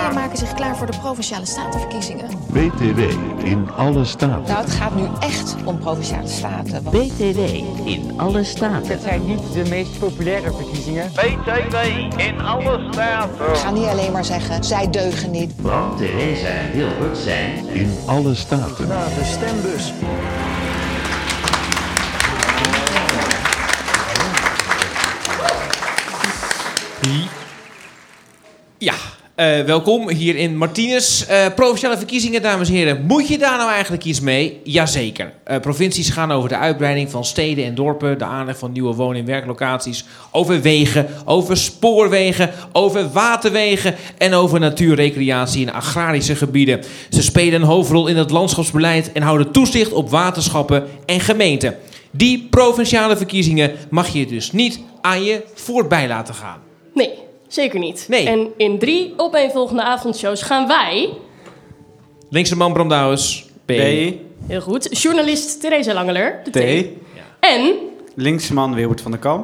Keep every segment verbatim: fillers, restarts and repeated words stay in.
partijen maken zich klaar voor de Provinciale Statenverkiezingen. B T W in alle staten. Nou, het gaat nu echt om Provinciale Staten. B T W in alle staten. Het zijn niet de meest populaire verkiezingen. B T W in alle staten. Ik ga niet alleen maar zeggen, zij deugen niet. Want Theresa en Wilbert zijn in alle staten. Naar de stembus. Ja, uh, welkom hier in Martinez. Uh, provinciale verkiezingen, dames en heren. Moet je daar nou eigenlijk iets mee? Jazeker. Uh, provincies gaan over de uitbreiding van steden en dorpen, de aanleg van nieuwe woon- en werklocaties, over wegen, over spoorwegen, over waterwegen en over natuur, recreatie in agrarische gebieden. Ze spelen een hoofdrol in het landschapsbeleid en houden toezicht op waterschappen en gemeenten. Die provinciale verkiezingen mag je dus niet aan je voorbij laten gaan. Nee, zeker niet. Nee. En in drie opeenvolgende avondshows gaan wij... Linkse man Bram Douwes. B. B. Heel goed. Journalist Theresa Langeler. De T. T. Ja. En... Linkse man Wilbert van der Kamp.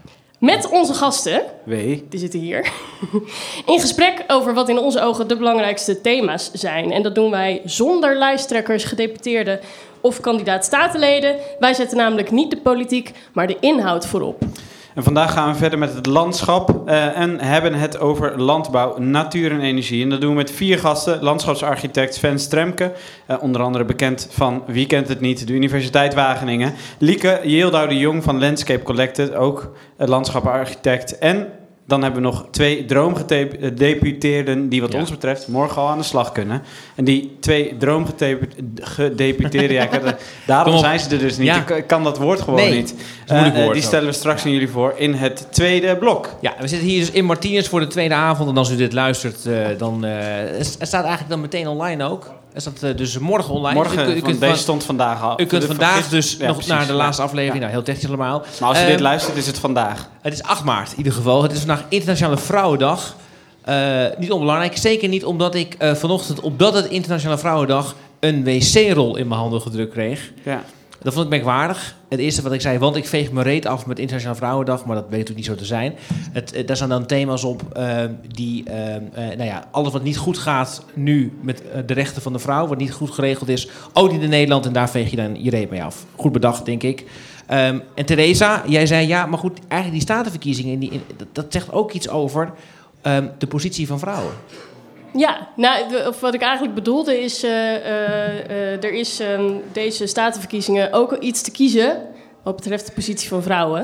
Met onze gasten... W. Die zitten hier. In gesprek over wat in onze ogen de belangrijkste thema's zijn. En dat doen wij zonder lijsttrekkers, gedeputeerden of kandidaat-statenleden. Wij zetten namelijk niet de politiek, maar de inhoud voorop. En vandaag gaan we verder met het landschap uh, en hebben het over landbouw, natuur en energie. En dat doen we met vier gasten. Landschapsarchitect Sven Stremke, uh, onder andere bekend van, wie kent het niet, de Universiteit Wageningen. Lieke Yeeldau de Jong van Landscape Collected, ook uh, landschapsarchitect. En dan hebben we nog twee droomgedeputeerden die wat ja. ons betreft morgen al aan de slag kunnen. En die twee droomgedeputeerden, ja, daarom zijn ze er dus niet. Ja. Ik kan dat woord gewoon nee, niet. Uh, woord, uh, die stellen we straks ja. aan jullie voor in het tweede blok. Ja, we zitten hier dus in Martinez voor de tweede avond. En als u dit luistert, uh, dan... Uh, het staat eigenlijk dan meteen online ook. Het staat uh, dus morgen online. Morgen, u, u, u kunt deze van, stond vandaag al. U kunt vandaag dus ja, nog precies. naar de laatste ja. aflevering. Ja. Nou, heel technisch allemaal. Maar als je uh, dit uh, luistert, is het vandaag. Het is acht maart in ieder geval. Het is vandaag Internationale Vrouwendag. Uh, niet onbelangrijk. Zeker niet omdat ik uh, vanochtend, opdat het Internationale Vrouwendag, een wc-rol in mijn handen gedrukt kreeg. Ja. Dat vond ik merkwaardig. Het eerste wat ik zei, want ik veeg mijn reet af met Internationale Vrouwendag, maar dat weet natuurlijk niet zo te zijn. Het, het, daar staan dan thema's op uh, die, uh, uh, nou ja, alles wat niet goed gaat nu met uh, de rechten van de vrouw, wat niet goed geregeld is, ook niet in Nederland, en daar veeg je dan je reet mee af. Goed bedacht, denk ik. Um, en Theresa, jij zei, ja, maar goed, eigenlijk die statenverkiezingen, die, dat, dat zegt ook iets over um, de positie van vrouwen. Ja, nou, of wat ik eigenlijk bedoelde is... Uh, uh, uh, er is um, deze statenverkiezingen ook iets te kiezen wat betreft de positie van vrouwen.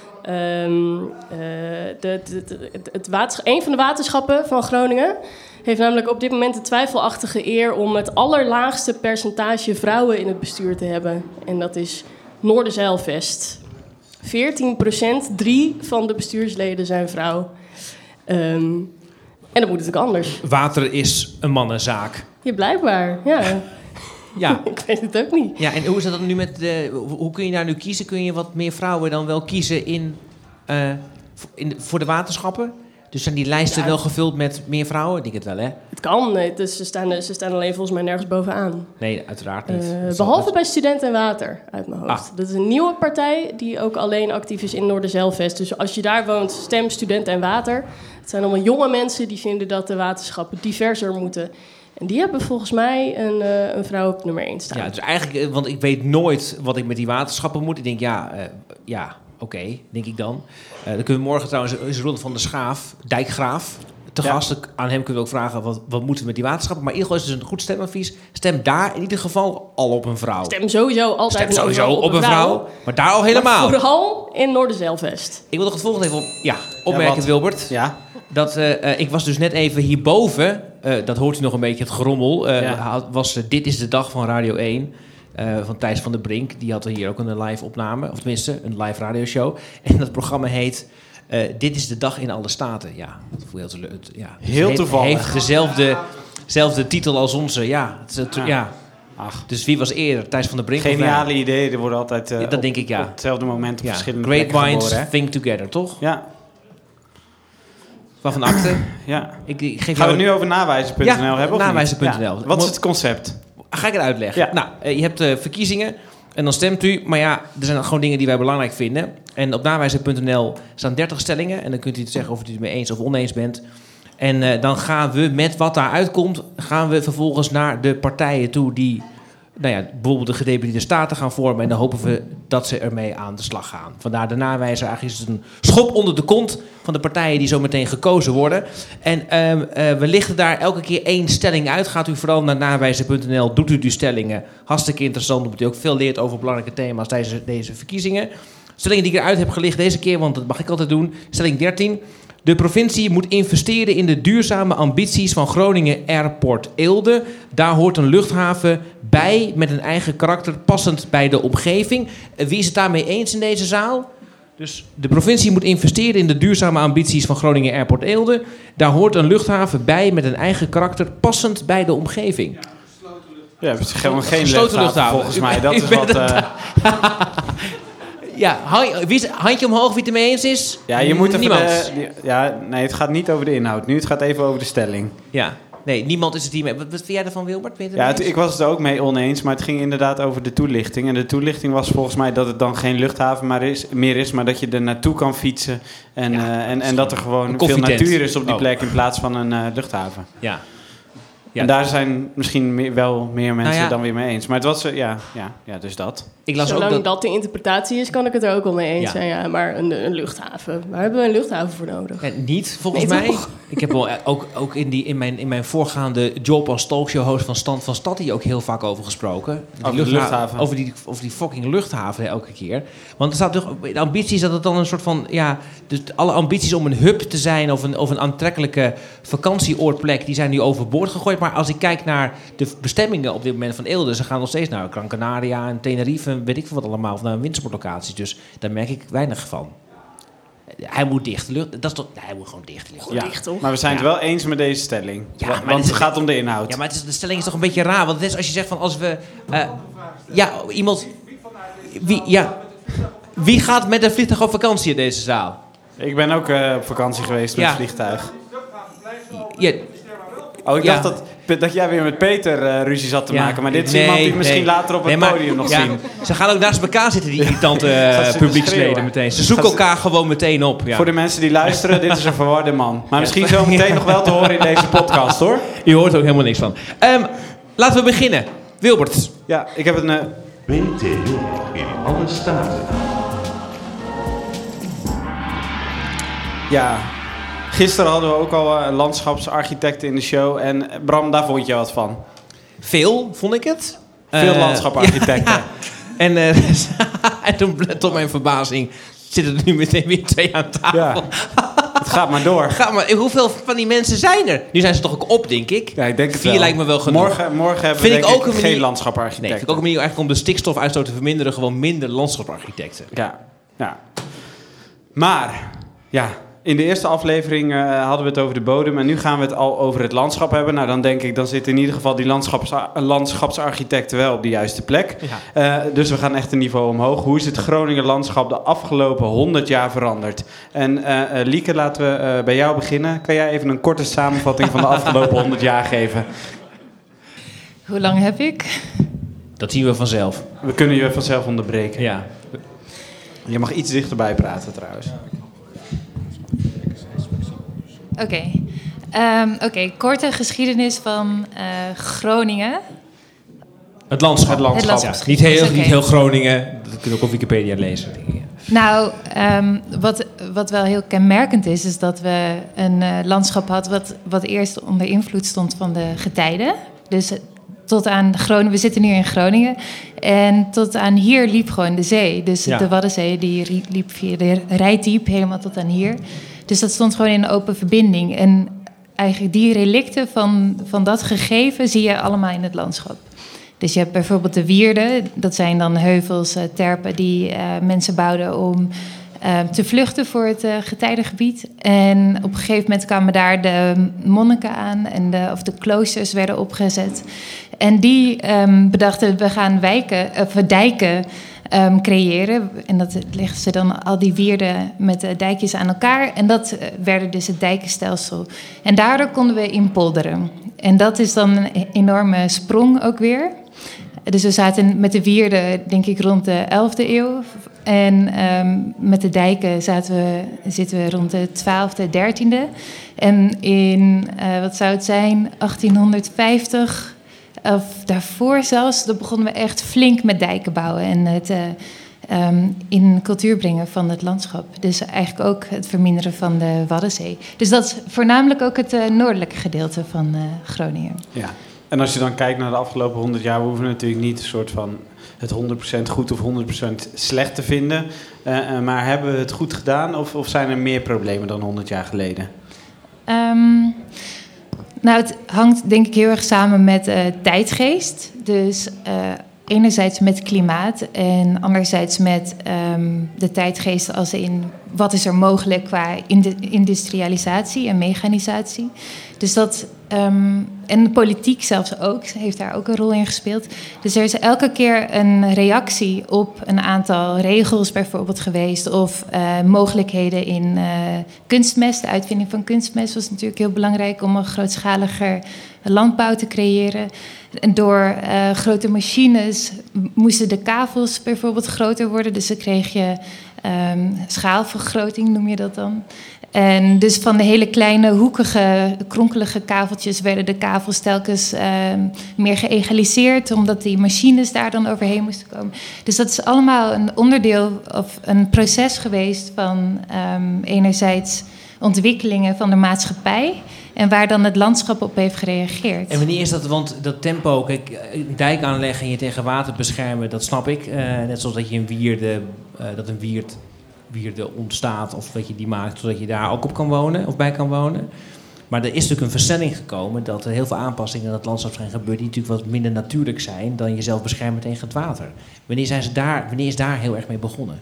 Um, uh, de, de, de, het water, een van de waterschappen van Groningen heeft namelijk op dit moment de twijfelachtige eer om het allerlaagste percentage vrouwen in het bestuur te hebben. En dat is Noorderzeilvest. veertien procent, drie van de bestuursleden zijn vrouw. Um, En dan moet het ook anders. Water is een mannenzaak. Ja, blijkbaar, ja. Ja. Ik weet het ook niet. Ja, en hoe is dat dan nu met de... Hoe kun je daar nu kiezen? Kun je wat meer vrouwen dan wel kiezen in, uh, in, voor de waterschappen? Dus zijn die lijsten ja, wel gevuld met meer vrouwen? Ik denk het wel, hè? Het kan. Nee, dus ze, staan, ze staan alleen volgens mij nergens bovenaan. Nee, uiteraard niet. Uh, behalve bij Student en Water, uit mijn hoofd. Ah. Dat is een nieuwe partij die ook alleen actief is in Noorderzeilvest. Dus als je daar woont, stem Student en Water. Het zijn allemaal jonge mensen die vinden dat de waterschappen diverser moeten. En die hebben volgens mij een, uh, een vrouw op nummer één staan. Ja, dus eigenlijk, want ik weet nooit wat ik met die waterschappen moet. Ik denk, ja, uh, ja oké, okay, denk ik dan. Uh, dan kunnen we morgen trouwens, is Ronald van der Schaaf, dijkgraaf, te ja. gast. Aan hem kunnen we ook vragen, wat, wat moeten we met die waterschappen? Maar in ieder geval is het dus een goed stemadvies. Stem daar in ieder geval al op een vrouw. Stem sowieso altijd Stem sowieso op, op een vrouw. vrouw. Maar daar al helemaal. Maar vooral in Noorderzeilvest. Ik wil nog het volgende even op, ja, opmerken, ja, Wilbert. Ja. Dat, uh, uh, ik was dus net even hierboven, uh, dat hoort u nog een beetje, het gerommel. Uh, ja. was, uh, Dit is de dag van Radio één, uh, van Thijs van der Brink. Die had hier ook een live opname, of tenminste een live radioshow. En dat programma heet uh, Dit is de dag in alle staten. Ja, dat voel je heel, te, ja. Dus heel toevallig. Het heeft dezelfde, dezelfde titel als onze, ja. Het, het, ja. ja. Ach. Dus wie was eerder? Thijs van der Brink? Geniale ideeën, er worden altijd uh, ja, dat denk ik, ja. op hetzelfde moment op ja. verschillende Great plekken minds geboren, think together, toch? Ja. Waarvan akte? Ja. Ik, ik geef Gaan jou... we het nu over nawijzer punt n l ja, hebben? nawijzer punt n l. Ja. Wat is het concept? Ga ik het uitleggen? Ja. Nou, uh, je hebt uh, verkiezingen en dan stemt u. Maar ja, er zijn gewoon dingen die wij belangrijk vinden. En op nawijzer punt n l staan dertig stellingen. En dan kunt u het zeggen of u het mee eens of oneens bent. En uh, dan gaan we met wat daaruit komt, gaan we vervolgens naar de partijen toe die, nou ja, bijvoorbeeld de gedeputeerde staten gaan vormen. En dan hopen we dat ze ermee aan de slag gaan. Vandaar de nawijzer. Eigenlijk is het een schop onder de kont van de partijen die zo meteen gekozen worden. En uh, uh, we lichten daar elke keer één stelling uit. Gaat u vooral naar nawijzer punt n l, doet u die stellingen. Hartstikke interessant, omdat u ook veel leert over belangrijke thema's tijdens deze verkiezingen. Stellingen die ik eruit heb gelicht deze keer, want dat mag ik altijd doen. Stelling dertien. De provincie moet investeren in de duurzame ambities van Groningen Airport Eelde. Daar hoort een luchthaven bij met een eigen karakter passend bij de omgeving. Wie is het daarmee eens in deze zaal? Dus de provincie moet investeren in de duurzame ambities van Groningen Airport Eelde. Daar hoort een luchthaven bij met een eigen karakter passend bij de omgeving. Ja, het is gewoon geen Gesloten luchthaven, volgens mij. Dat is wat... Uh... Ja, wie is, handje omhoog wie het ermee eens is? Ja, je moet even niemand. De, ja, nee, het gaat niet over de inhoud nu. Het gaat even over de stelling. Ja, nee, niemand is het hiermee. Wat, wat vind jij ervan, Wilbert? Ben je ja, het, ik was het er ook mee oneens, maar het ging inderdaad over de toelichting. En de toelichting was volgens mij dat het dan geen luchthaven maar is, meer is, maar dat je er naartoe kan fietsen. En, ja, uh, en, en dat er gewoon veel natuur is op die plek oh. in plaats van een uh, luchthaven. Ja. Ja. En daar zijn misschien meer, wel meer mensen nou ja. dan weer mee eens. Maar het was, uh, ja, ja, ja, dus dat. Ik las Zolang ook dat... dat de interpretatie is, kan ik het er ook wel mee eens ja. zijn. Ja, maar een, een luchthaven, waar hebben we een luchthaven voor nodig? Ja, niet, volgens nee, mij. Toch? Ik heb wel ook, ook in, die, in, mijn, in mijn voorgaande job als talkshow-host van Stand van Stad hier ook heel vaak over gesproken. Die over de luchthaven. Over die, over die fucking luchthaven elke keer. Want er staat toch de ambities dat het dan een soort van... Ja, dus alle ambities om een hub te zijn of een, of een aantrekkelijke vakantieoordplek, die zijn nu overboord gegooid. Maar als ik kijk naar de bestemmingen op dit moment van Eelde, ze gaan nog steeds naar Gran Canaria en Tenerife en weet ik veel wat allemaal, of naar wintersportlocaties. Dus daar merk ik weinig van. Hij moet dicht. Dat is toch, nee, hij moet gewoon dicht. Ja, dicht toch? Maar we zijn ja. het wel eens met deze stelling. Ja, want want het, het gaat om de inhoud. Ja, maar het is, de stelling is toch een beetje raar. Want het is als je zegt van als we... Uh, ja, iemand... Wie, ja, wie gaat met een vliegtuig op vakantie in deze zaal? Ik ben ook uh, op vakantie geweest met ja. het vliegtuig. Ja. Oh, ik ja. dacht dat, dat jij weer met Peter uh, ruzie zat te ja. maken. Maar dit is nee, iemand die we misschien nee. later op het nee, podium nog ja, zien. Ze gaan ook naast elkaar zitten, die irritante uh, publieksleden meteen. Ze zoeken elkaar gewoon meteen op. Ja. Voor de mensen die luisteren, dit is een verwarde man. Maar misschien zo meteen nog wel te horen in deze podcast, hoor. Je hoort er ook helemaal niks van. Um, laten we beginnen. Wilbert. Ja, ik heb een... Uh... W T W in alle staten. Ja... Gisteren hadden we ook al uh, landschapsarchitecten in de show. En Bram, daar vond je wat van? Veel, vond ik het. Veel uh, landschapsarchitecten. Ja, ja. En, uh, en toen, tot mijn verbazing, zitten er nu meteen weer twee aan tafel. Ja. Het gaat maar door. Ga maar, hoeveel van die mensen zijn er? Nu zijn ze toch ook op, denk ik. Ja, ik denk het Vier wel. lijkt me wel genoeg. Morgen, morgen hebben vind we denk ik ook ik een geen manier... landschapsarchitecten. Nee, vind ik ook een manier eigenlijk om de stikstofuitstoot te verminderen. Gewoon minder landschapsarchitecten. Ja, ja. Maar, ja... In de eerste aflevering uh, hadden we het over de bodem en nu gaan we het al over het landschap hebben. Nou, dan denk ik, dan zitten in ieder geval die landschaps- landschapsarchitecten wel op de juiste plek. Ja. Uh, dus we gaan echt een niveau omhoog. Hoe is het Groninger landschap de afgelopen honderd jaar veranderd? En uh, uh, Lieke, laten we uh, bij jou beginnen. Kan jij even een korte samenvatting van de afgelopen honderd jaar geven? Hoe lang heb ik? Dat zien we vanzelf. We kunnen je vanzelf onderbreken. Ja. Je mag iets dichterbij praten trouwens. Oké, okay. um, okay. Korte geschiedenis van uh, Groningen. Het landschap. Het landschap. Ja, niet, heel, okay. niet heel Groningen, dat kun je ook op Wikipedia lezen. Nou, um, wat, wat wel heel kenmerkend is, is dat we een uh, landschap hadden wat, wat eerst onder invloed stond van de getijden. Dus tot aan Groningen, we zitten nu in Groningen. En tot aan hier liep gewoon de zee. Dus ja. de Waddenzee die liep via de Reitdiep helemaal tot aan hier. Dus dat stond gewoon in een open verbinding. En eigenlijk die relicten van, van dat gegeven zie je allemaal in het landschap. Dus je hebt bijvoorbeeld de wierden. Dat zijn dan heuvels, uh, terpen die uh, mensen bouwden om uh, te vluchten voor het uh, getijdengebied. En op een gegeven moment kwamen daar de monniken aan. En de, of de kloosters werden opgezet. En die um, bedachten, we gaan wijken, of dijken um, creëren. En dat legden ze dan al die wierden met de dijkjes aan elkaar. En dat uh, werden dus het dijkenstelsel. En daardoor konden we inpolderen. En dat is dan een enorme sprong ook weer. Dus we zaten met de wierden, denk ik, rond de elfde eeuw. En um, met de dijken zaten we, zitten we rond de twaalfde, dertiende. En in, uh, wat zou het zijn, achttienhonderdvijftig, of daarvoor zelfs, dan begonnen we echt flink met dijken bouwen. En het uh, um, in cultuur brengen van het landschap. Dus eigenlijk ook het verminderen van de Waddenzee. Dus dat is voornamelijk ook het uh, noordelijke gedeelte van uh, Groningen. Ja. En als je dan kijkt naar de afgelopen honderd jaar, we hoeven natuurlijk niet een soort van het honderd procent goed of honderd procent slecht te vinden. Uh, uh, maar hebben we het goed gedaan of, of zijn er meer problemen dan honderd jaar geleden? Um, nou, het hangt denk ik heel erg samen met uh, tijdgeest. Dus uh, enerzijds met klimaat en anderzijds met um, de tijdgeest als in wat is er mogelijk qua industrialisatie en mechanisatie. Dus dat, um, en de politiek zelfs ook, heeft daar ook een rol in gespeeld. Dus er is elke keer een reactie op een aantal regels bijvoorbeeld geweest. Of uh, mogelijkheden in uh, kunstmest. De uitvinding van kunstmest was natuurlijk heel belangrijk om een grootschaliger landbouw te creëren. En door uh, grote machines moesten de kavels bijvoorbeeld groter worden. Dus dan kreeg je um, schaalvergroting, noem je dat dan. En dus van de hele kleine, hoekige, kronkelige kaveltjes werden de kavels telkens uh, meer geëgaliseerd, omdat die machines daar dan overheen moesten komen. Dus dat is allemaal een onderdeel of een proces geweest van um, enerzijds ontwikkelingen van de maatschappij en waar dan het landschap op heeft gereageerd. En wanneer is dat, want dat tempo, kijk, een dijk aanleggen en je tegen water beschermen, dat snap ik. Uh, net zoals dat je een wierde, uh, dat een wierd... wierde ontstaat of dat je die maakt zodat je daar ook op kan wonen of bij kan wonen. Maar er is natuurlijk een versnelling gekomen dat er heel veel aanpassingen in het landschap zijn gebeurd die natuurlijk wat minder natuurlijk zijn dan jezelf beschermen tegen het water. Wanneer, zijn ze daar, wanneer is daar heel erg mee begonnen?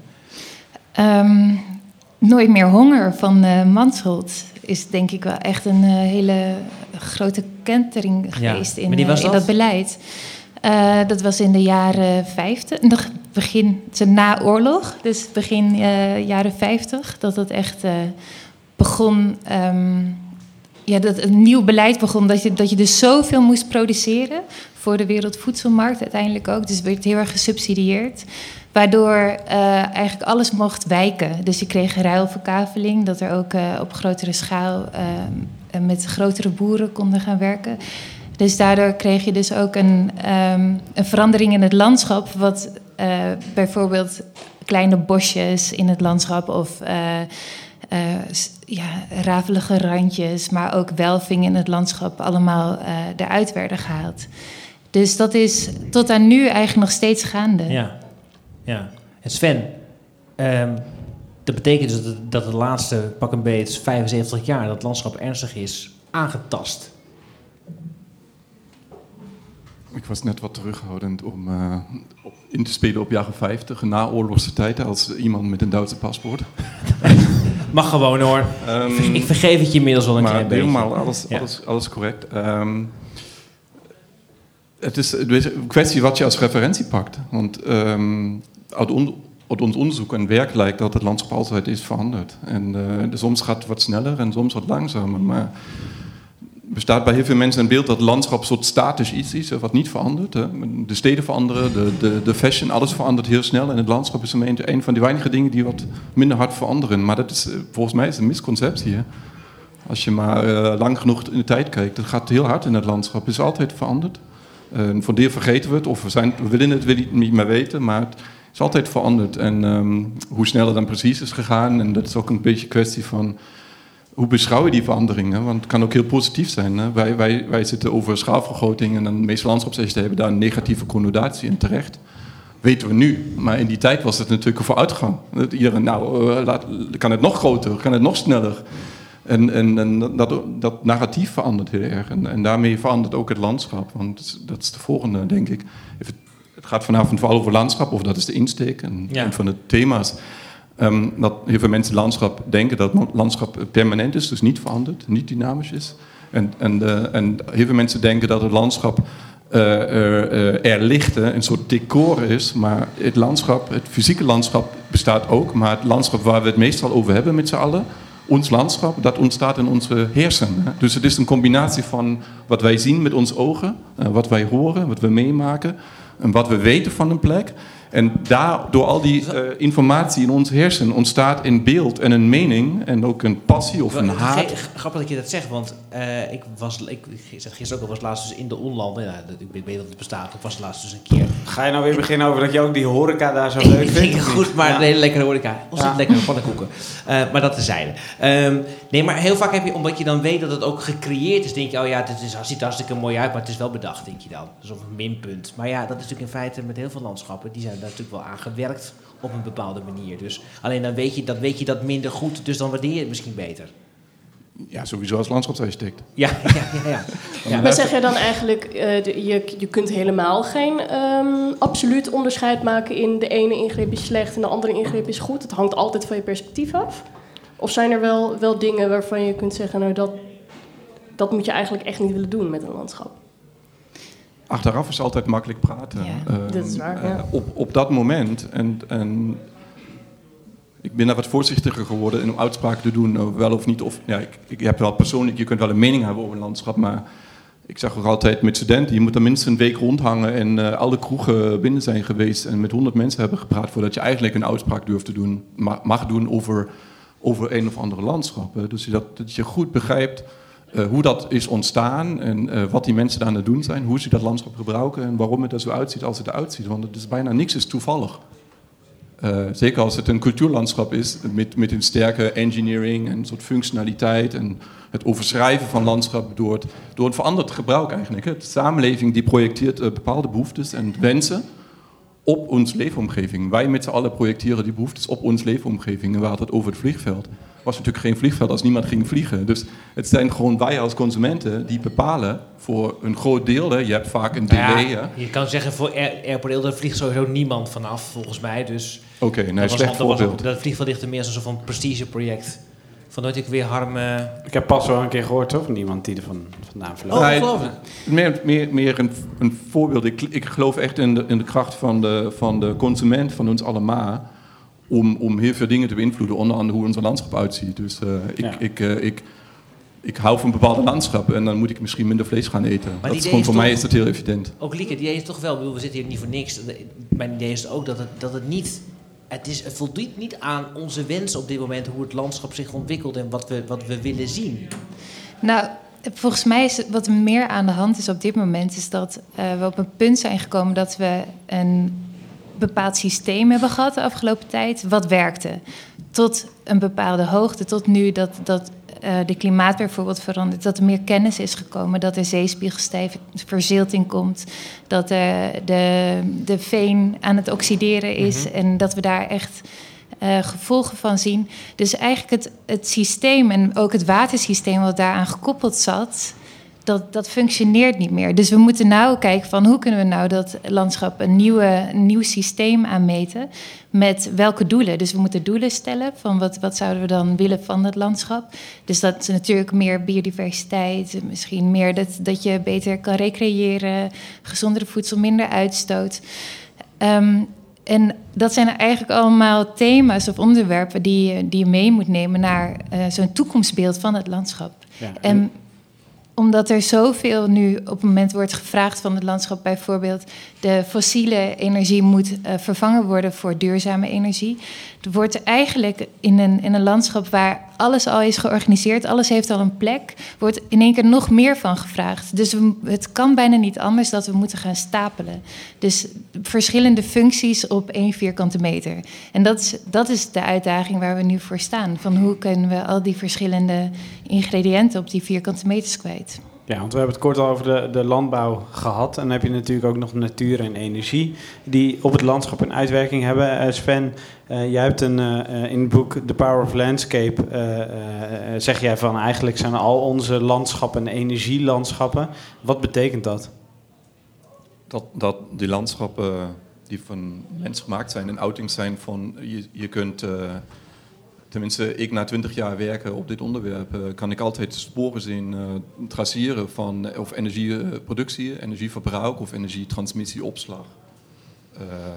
Um, Nooit meer honger van uh, Mansholt is denk ik wel echt een uh, hele grote kentering geweest ja. in, uh, in dat beleid. Uh, dat was in de jaren vijftig, begin, na oorlog, dus begin uh, jaren vijftig, dat het echt uh, begon, um, ja, dat een nieuw beleid begon, dat je, dat je dus zoveel moest produceren voor de Wereldvoedselmarkt uiteindelijk ook, dus het werd heel erg gesubsidieerd, waardoor uh, eigenlijk alles mocht wijken. Dus je kreeg ruilverkaveling, dat er ook uh, op grotere schaal uh, met grotere boeren konden gaan werken. Dus daardoor kreeg je dus ook een, um, een verandering in het landschap, wat uh, bijvoorbeeld kleine bosjes in het landschap of uh, uh, ja, rafelige randjes, maar ook welving in het landschap allemaal uh, eruit werden gehaald. Dus dat is tot aan nu eigenlijk nog steeds gaande. Ja, ja. En Sven, um, dat betekent dus dat, dat de laatste pak een beet vijfenzeventig jaar dat het landschap ernstig is aangetast. Ik was net wat terughoudend om uh, in te spelen op jaren vijftig, naoorlogse tijd, als iemand met een Duitse paspoort. Mag gewoon hoor. Um, ik vergeef het je inmiddels wel een klein beetje. Maar helemaal alles, ja. alles, alles correct. Um, het is een kwestie wat je als referentie pakt. Want um, uit, on, uit ons onderzoek en werk lijkt dat het landschap altijd is veranderd. En uh, soms gaat het wat sneller en soms wat langzamer. Maar bestaat bij heel veel mensen een beeld dat het landschap een soort statisch iets is, wat niet verandert. Hè. De steden veranderen, de, de, de fashion, alles verandert heel snel. En het landschap is een van die weinige dingen die wat minder hard veranderen. Maar dat is volgens mij is een misconceptie. Hè. Als je maar uh, lang genoeg in de tijd kijkt, het gaat heel hard in het landschap. Het is altijd veranderd. Uh, voor deel vergeten we het, of we, zijn, we willen het willen niet meer weten, maar het is altijd veranderd. En um, hoe snel het dan precies is gegaan, en dat is ook een beetje een kwestie van hoe beschouw je die veranderingen? Want het kan ook heel positief zijn. Hè? Wij, wij, wij zitten over schaalvergroting en de meeste landschapsechten hebben daar een negatieve connotatie in terecht. Weten we nu. Maar in die tijd was het natuurlijk een vooruitgang. Iedereen, nou, uh, laat, kan het nog groter, kan het nog sneller. En, en, en dat, dat narratief verandert heel erg. En, en daarmee verandert ook het landschap. Want dat is de volgende, denk ik. Het, het gaat vanavond vooral over landschap, of dat is de insteek en ja. een van de thema's. Um, dat heel veel mensen landschap denken dat het landschap permanent is, dus niet verandert, niet dynamisch is. En, en, de, en heel veel mensen denken dat het landschap uh, uh, er ligt, een soort decor is. Maar het landschap, het fysieke landschap bestaat ook. Maar het landschap waar we het meestal over hebben met z'n allen, ons landschap, dat ontstaat in onze hersenen. Dus het is een combinatie van wat wij zien met onze ogen, uh, wat wij horen, wat we meemaken en wat we weten van een plek. En daar, door al die uh, informatie in ons hersenen ontstaat een beeld en een mening en ook een passie of een haat. Ge- grappig dat je dat zegt, want uh, ik was, ik, ik zeg gisteren ook al, was laatst dus in de onlanden. Ja, dat, ik weet dat het bestaat, ik was laatst dus een keer. Ga je nou weer beginnen over dat je ook die horeca daar zo leuk vindt? Ging goed, maar ja. een hele lekkere horeca. Ontzettend ja. lekkere pannenkoeken. Uh, maar dat tezijde. Um, nee, maar heel vaak heb je, omdat je dan weet dat het ook gecreëerd is, denk je, oh ja, het, is, het ziet er hartstikke mooi uit, maar het is wel bedacht, denk je dan. Dat is of een minpunt. Maar ja, dat is natuurlijk in feite met heel veel landschappen, die zijn daar natuurlijk wel aan gewerkt op een bepaalde manier. Dus alleen dan weet je dat, weet je dat minder goed, dus dan waardeer je het misschien beter. Ja, sowieso als landschapsarchitect. Ja, ja, ja. ja. ja. Maar zeg je dan eigenlijk, uh, de, je, je kunt helemaal geen um, absoluut onderscheid maken in de ene ingreep is slecht en de andere ingreep is goed? Het hangt altijd van je perspectief af? Of zijn er wel, wel dingen waarvan je kunt zeggen, nou dat, dat moet je eigenlijk echt niet willen doen met een landschap? Achteraf is altijd makkelijk praten. Ja, uh, dat is waar, ja. uh, op, op dat moment. En, en ik ben daar wat voorzichtiger geworden om uitspraken te doen, uh, wel of niet. Of, ja, ik, ik heb wel persoonlijk, je kunt wel een mening hebben over een landschap, maar ik zeg ook altijd met studenten, je moet er minstens een week rondhangen en uh, alle kroegen binnen zijn geweest en met honderd mensen hebben gepraat voordat je eigenlijk een uitspraak durft te doen, mag, mag doen over, over een of andere landschap. Uh, dus dat, dat je goed begrijpt Uh, hoe dat is ontstaan en uh, wat die mensen daar aan het doen zijn, hoe ze dat landschap gebruiken en waarom het er zo uitziet als het eruit ziet. Want het is bijna niks is toevallig. Uh, zeker als het een cultuurlandschap is met, met een sterke engineering en een soort functionaliteit en het overschrijven van landschap door het, door het veranderd gebruik eigenlijk. Hè. De samenleving die projecteert uh, bepaalde behoeftes en wensen op ons leefomgeving. Wij met z'n allen projecteren die behoeftes op ons leefomgeving. En we hadden het over het vliegveld. Was natuurlijk geen vliegveld als niemand ging vliegen. Dus het zijn gewoon wij als consumenten die bepalen voor een groot deel. Hè. Je hebt vaak een delay. Ja, je kan zeggen voor Airport daar vliegt sowieso niemand vanaf volgens mij. Dus Oké, okay, nee, slecht voorbeeld. Dat vliegveld ligt er meer als een soort van prestigeproject. Van nooit ik weer Harm... Uh... Ik heb pas wel een keer gehoord toch, van iemand die er van, vandaan vloog. Oh, geloof ik. Meer, meer, meer een, een voorbeeld. Ik, ik geloof echt in de, in de kracht van de, van de consument, van ons allemaal, om, om heel veel dingen te beïnvloeden, onder andere hoe ons landschap uitziet. Dus uh, ik, ja. ik, uh, ik, ik hou van bepaalde landschappen en dan moet ik misschien minder vlees gaan eten. Maar dat is gewoon, is voor toch, mij is dat heel evident. Ook Lieke, die idee is toch wel, bedoel, we zitten hier niet voor niks. Mijn idee is ook dat het, dat het niet... Het, is, het voldoet niet aan onze wensen op dit moment, hoe het landschap zich ontwikkelt en wat we, wat we willen zien. Nou, volgens mij is het, wat er meer aan de hand is op dit moment, is dat uh, we op een punt zijn gekomen dat we een bepaald systeem hebben gehad de afgelopen tijd, wat werkte. Tot een bepaalde hoogte, tot nu dat, dat uh, de klimaat bijvoorbeeld verandert, dat er meer kennis is gekomen, dat er zeespiegelverzilting komt, dat uh, de, de veen aan het oxideren is mm-hmm. en dat we daar echt uh, gevolgen van zien. Dus eigenlijk het, het systeem en ook het watersysteem wat daaraan gekoppeld zat, Dat, dat functioneert niet meer. Dus we moeten nou kijken van hoe kunnen we nou dat landschap een, nieuwe, een nieuw systeem aanmeten met welke doelen. Dus we moeten doelen stellen van wat, wat zouden we dan willen van het landschap. Dus dat is natuurlijk meer biodiversiteit, misschien meer dat, dat je beter kan recreëren, gezondere voedsel, minder uitstoot. Um, en dat zijn eigenlijk allemaal thema's of onderwerpen die, die je mee moet nemen naar uh, zo'n toekomstbeeld van het landschap. Ja, en, en omdat er zoveel nu op het moment wordt gevraagd van het landschap, bijvoorbeeld de fossiele energie moet uh, vervangen worden voor duurzame energie. Er wordt eigenlijk in een, in een landschap waar alles al is georganiseerd, alles heeft al een plek, wordt in één keer nog meer van gevraagd. Dus we, het kan bijna niet anders dat we moeten gaan stapelen. Dus verschillende functies op één vierkante meter. En dat is, dat is de uitdaging waar we nu voor staan. Van hoe kunnen we al die verschillende ingrediënten op die vierkante meters kwijt. Ja, want we hebben het kort al over de, de landbouw gehad. En dan heb je natuurlijk ook nog natuur en energie die op het landschap een uitwerking hebben. Uh, Sven, uh, jij hebt een, uh, in het boek The Power of Landscape, uh, uh, zeg jij van eigenlijk zijn al onze landschappen energielandschappen. Wat betekent dat? Dat, dat die landschappen die van mens gemaakt zijn en outings zijn van je, je kunt... Uh, Tenminste, ik na twintig jaar werken op dit onderwerp, uh, kan ik altijd sporen zien, uh, traceren van uh, of energieproductie, energieverbruik of energietransmissie, opslag. Uh,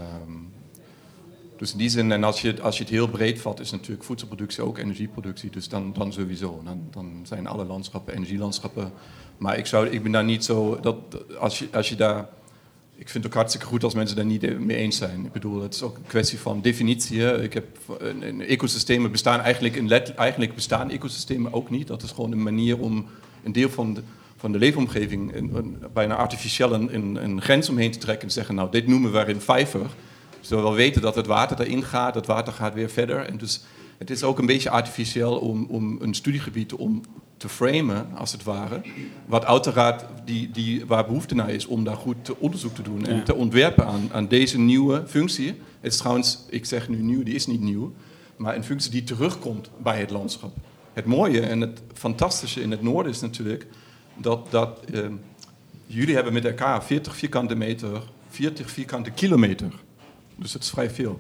dus in die zin, en als je, als je het heel breed vat, is natuurlijk voedselproductie ook energieproductie. Dus dan, dan sowieso, dan, dan zijn alle landschappen energielandschappen. Maar ik, zou, ik ben daar niet zo, dat als je, als je daar ik vind het ook hartstikke goed als mensen daar niet mee eens zijn. Ik bedoel, het is ook een kwestie van definitie. Hè. Ik heb, een, een ecosystemen bestaan eigenlijk, in let, eigenlijk bestaan ecosystemen ook niet. Dat is gewoon een manier om een deel van de, van de leefomgeving een, een, bijna artificieel een, een, een grens omheen te trekken en zeggen, nou, dit noemen we een vijver. Zodat we weten dat het water erin gaat, het water gaat weer verder. En dus het is ook een beetje artificieel om, om een studiegebied om te framen, als het ware. Wat uiteraard die, die, waar behoefte naar is om daar goed onderzoek te doen en ja. te ontwerpen aan, aan deze nieuwe functie. Het is trouwens, ik zeg nu nieuw, die is niet nieuw, maar een functie die terugkomt bij het landschap. Het mooie en het fantastische in het noorden is natuurlijk dat, dat uh, jullie hebben met elkaar veertig vierkante meter, veertig vierkante kilometer. Dus dat is vrij veel.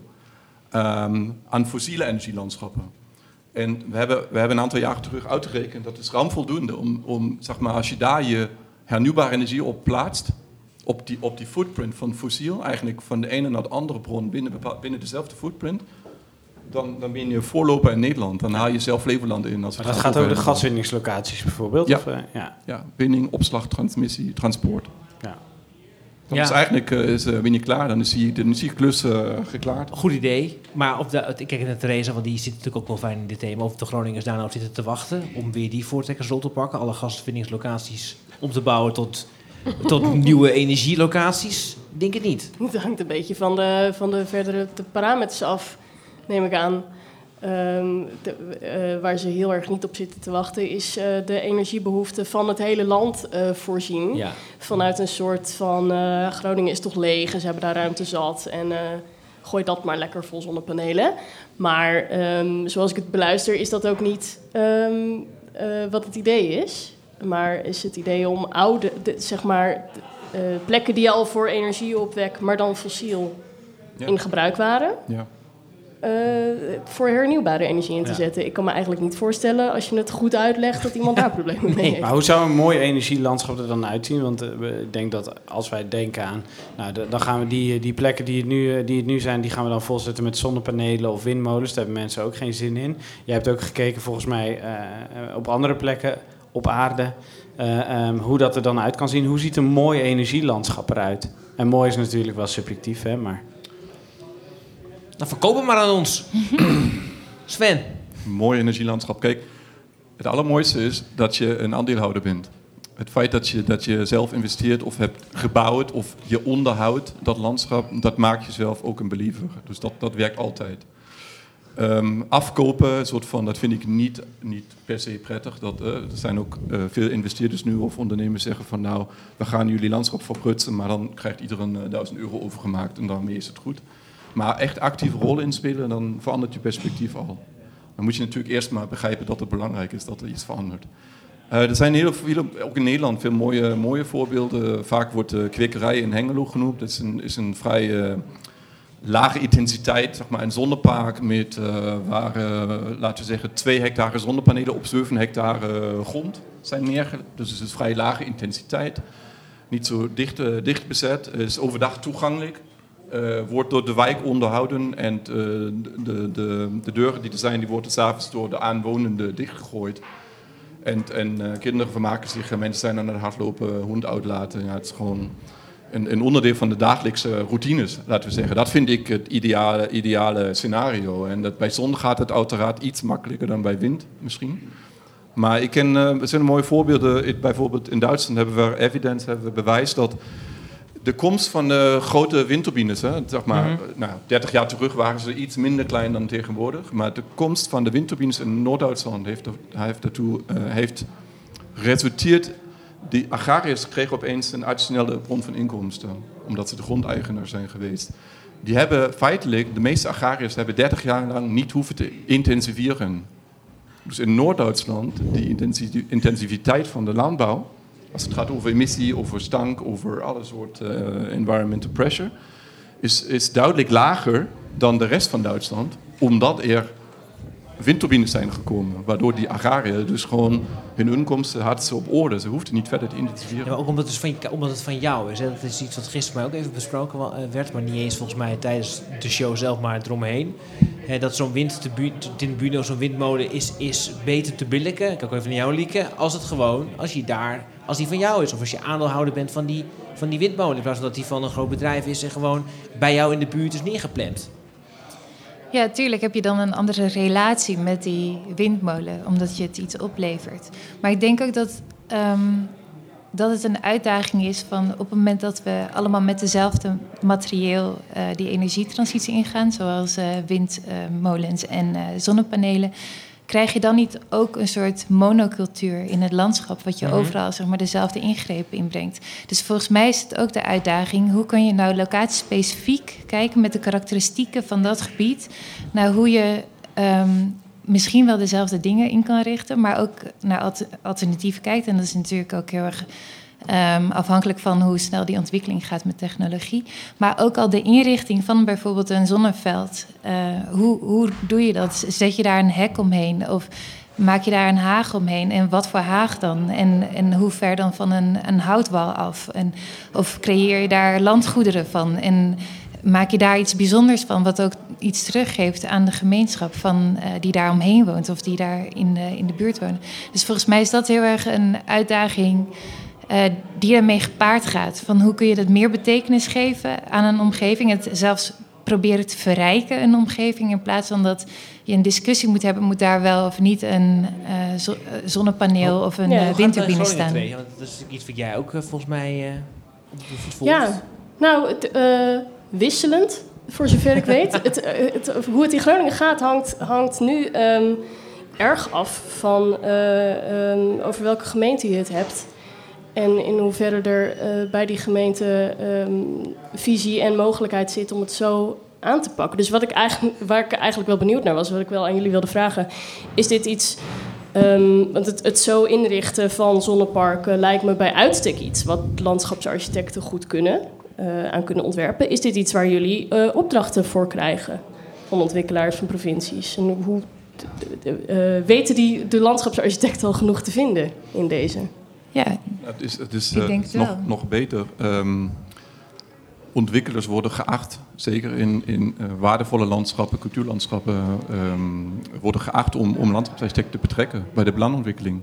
Um, aan fossiele energielandschappen. En we hebben, we hebben een aantal jaren terug uitgerekend dat is ruim voldoende om, om zeg maar, als je daar je hernieuwbare energie op plaatst, op die, op die footprint van fossiel, eigenlijk van de ene naar de andere bron binnen, binnen dezelfde footprint, dan, dan ben je voorloper in Nederland. Dan haal je zelf Flevoland in. Als het dat gaat, gaat over de gaswinningslocaties bijvoorbeeld? Ja, of, uh, ja. ja, winning, opslag, transmissie, transport. Ja. Dan ja. is eigenlijk uh, is, uh, ben je klaar, dan is die, dan is die klus uh, geklaard. Goed idee, maar op de, ik kijk naar Theresa, want die zit natuurlijk ook wel fijn in dit thema. Of de Groningers daar nou zitten te wachten om weer die voortrekkersrol te pakken. Alle gaswinningslocaties om te bouwen tot, tot nieuwe energielocaties. Ik denk het niet. Het hangt een beetje van de, van de verdere de parameters af, neem ik aan. Um, de, uh, waar ze heel erg niet op zitten te wachten, is uh, de energiebehoeften van het hele land uh, voorzien. Ja. Vanuit een soort van uh, Groningen is toch leeg en ze hebben daar ruimte zat. En uh, gooi dat maar lekker vol zonnepanelen. Maar um, zoals ik het beluister, is dat ook niet um, uh, wat het idee is. Maar is het idee om oude, de, zeg maar, uh, plekken die al voor energie opwekken, maar dan fossiel ja. in gebruik waren. Ja. Uh, voor hernieuwbare energie in te ja. zetten. Ik kan me eigenlijk niet voorstellen, als je het goed uitlegt, dat iemand daar problemen mee nee. heeft. Maar hoe zou een mooi energielandschap er dan uitzien? Want uh, ik denk dat als wij denken aan, nou, de, dan gaan we die, die plekken die het, nu, die het nu zijn, die gaan we dan volzetten met zonnepanelen of windmolens. Daar hebben mensen ook geen zin in. Jij hebt ook gekeken, volgens mij, uh, op andere plekken op aarde, uh, um, hoe dat er dan uit kan zien. Hoe ziet een mooi energielandschap eruit? En mooi is natuurlijk wel subjectief, hè, maar... Nou, verkoop hem maar aan ons. Sven. Een mooi energielandschap. Kijk, het allermooiste is dat je een aandeelhouder bent. Het feit dat je, dat je zelf investeert of hebt gebouwd of je onderhoudt dat landschap, dat maakt jezelf ook een believer. Dus dat, dat werkt altijd. Um, afkopen, soort van, dat vind ik niet, niet per se prettig. Dat, uh, er zijn ook uh, veel investeerders nu of ondernemers zeggen van nou, we gaan jullie landschap verprutsen, maar dan krijgt iedereen uh, duizend euro overgemaakt en daarmee is het goed. Maar echt actieve rol inspelen, dan verandert je perspectief al. Dan moet je natuurlijk eerst maar begrijpen dat het belangrijk is dat er iets verandert. Uh, er zijn heel veel, ook in Nederland, veel mooie, mooie voorbeelden. Vaak wordt de kwekerij in Hengelo genoemd. Dat is een, is een vrij uh, lage intensiteit, zeg maar een zonnepark met, uh, waar, uh, laten we zeggen, twee hectare zonnepanelen op zeven hectare grond zijn neergelegd. Dus het is vrij lage intensiteit. Niet zo dicht, uh, dicht bezet, is overdag toegankelijk. Uh, wordt door de wijk onderhouden en uh, de, de, de deuren die er zijn, die worden s'avonds door de aanwonenden dichtgegooid. En, en uh, kinderen vermaken zich, mensen zijn aan het hardlopen, hond uitlaten. Ja, het is gewoon een, een onderdeel van de dagelijkse routines, laten we zeggen. Dat vind ik het ideale, ideale scenario. En dat bij zon gaat het uiteraard iets makkelijker dan bij wind misschien. Maar ik ken, uh, er zijn mooie voorbeelden. Ik, bijvoorbeeld in Duitsland hebben we evidence, hebben we bewijs dat de komst van de grote windturbines, hè, zeg maar, mm-hmm. nou, dertig jaar terug waren ze iets minder klein dan tegenwoordig. Maar de komst van de windturbines in Noord-Duitsland heeft, heeft, ertoe, uh, heeft resulteerd. De agrariërs kregen opeens een uitgesnelde bron van inkomsten, omdat ze de grondeigenaar zijn geweest. Die hebben feitelijk, de meeste agrariërs hebben dertig jaar lang niet hoeven te intensiveren. Dus in Noord-Duitsland, die intensiviteit van de landbouw, als het gaat over emissie, over stank, over alle soort uh, environmental pressure, is, is duidelijk lager dan de rest van Duitsland, omdat er windturbines zijn gekomen, waardoor die agrariërs dus gewoon hun inkomsten hadden ze op orde. Ze hoefden niet verder te intensiveren. Ja, maar ook omdat het, van, omdat het van jou is. Hè? Dat is iets wat gisteren mij ook even besproken werd, maar niet eens volgens mij tijdens de show zelf, maar eromheen. Hè, dat zo'n windturbine of zo'n windmolen is, is beter te billijken. Ik kan ook even naar jou, Lieke. Als het gewoon, als je daar, als die van jou is. Of als je aandeelhouder bent van die, van die windmolen. In plaats van dat die van een groot bedrijf is en gewoon bij jou in de buurt is neergepland. Ja, tuurlijk heb je dan een andere relatie met die windmolen, omdat je het iets oplevert. Maar ik denk ook dat, um, dat het een uitdaging is van op het moment dat we allemaal met dezelfde materieel uh, die energietransitie ingaan, zoals uh, windmolens en uh, zonnepanelen, krijg je dan niet ook een soort monocultuur in het landschap, wat je mm-hmm. overal zeg maar, dezelfde ingrepen inbrengt. Dus volgens mij is het ook de uitdaging, hoe kan je nou locatiespecifiek kijken met de karakteristieken van dat gebied, naar hoe je um, misschien wel dezelfde dingen in kan richten, maar ook naar alter- alternatieven kijkt. En dat is natuurlijk ook heel erg Um, afhankelijk van hoe snel die ontwikkeling gaat met technologie. Maar ook al de inrichting van bijvoorbeeld een zonneveld. Uh, hoe, hoe doe je dat? Zet je daar een hek omheen? Of maak je daar een haag omheen? En wat voor haag dan? En, en hoe ver dan van een, een houtwal af? En, of creëer je daar landgoederen van? En maak je daar iets bijzonders van, wat ook iets teruggeeft aan de gemeenschap van, uh, die daar omheen woont of die daar in de, in de buurt wonen. Dus volgens mij is dat heel erg een uitdaging Uh, die ermee gepaard gaat. Van hoe kun je dat meer betekenis geven aan een omgeving. Het zelfs proberen te verrijken, een omgeving. In plaats van dat je een discussie moet hebben, moet daar wel of niet een uh, zo- zonnepaneel of een ja, uh, windturbine staan. Twee, want dat is iets wat jij ook uh, volgens mij uh, op de voet volgt. Ja, nou, het, uh, wisselend, voor zover ik weet. het, uh, het, hoe het in Groningen gaat, hangt, hangt nu um, erg af van uh, um, over welke gemeente je het hebt. En in hoeverre er uh, bij die gemeente um, visie en mogelijkheid zit om het zo aan te pakken. Dus wat ik eigenlijk, waar ik eigenlijk wel benieuwd naar was, wat ik wel aan jullie wilde vragen, is dit iets, um, want het, het zo inrichten van zonneparken lijkt me bij uitstek iets wat landschapsarchitecten goed kunnen, uh, aan kunnen ontwerpen. Is dit iets waar jullie uh, opdrachten voor krijgen van ontwikkelaars van provincies? En hoe uh, weten die de landschapsarchitecten al genoeg te vinden in deze? Ja, het is, het is ik uh, denk het nog, wel. nog beter. Um, ontwikkelaars worden geacht, zeker in, in uh, waardevolle landschappen, cultuurlandschappen, um, worden geacht om, om landschapsarchitecten te betrekken bij de planontwikkeling.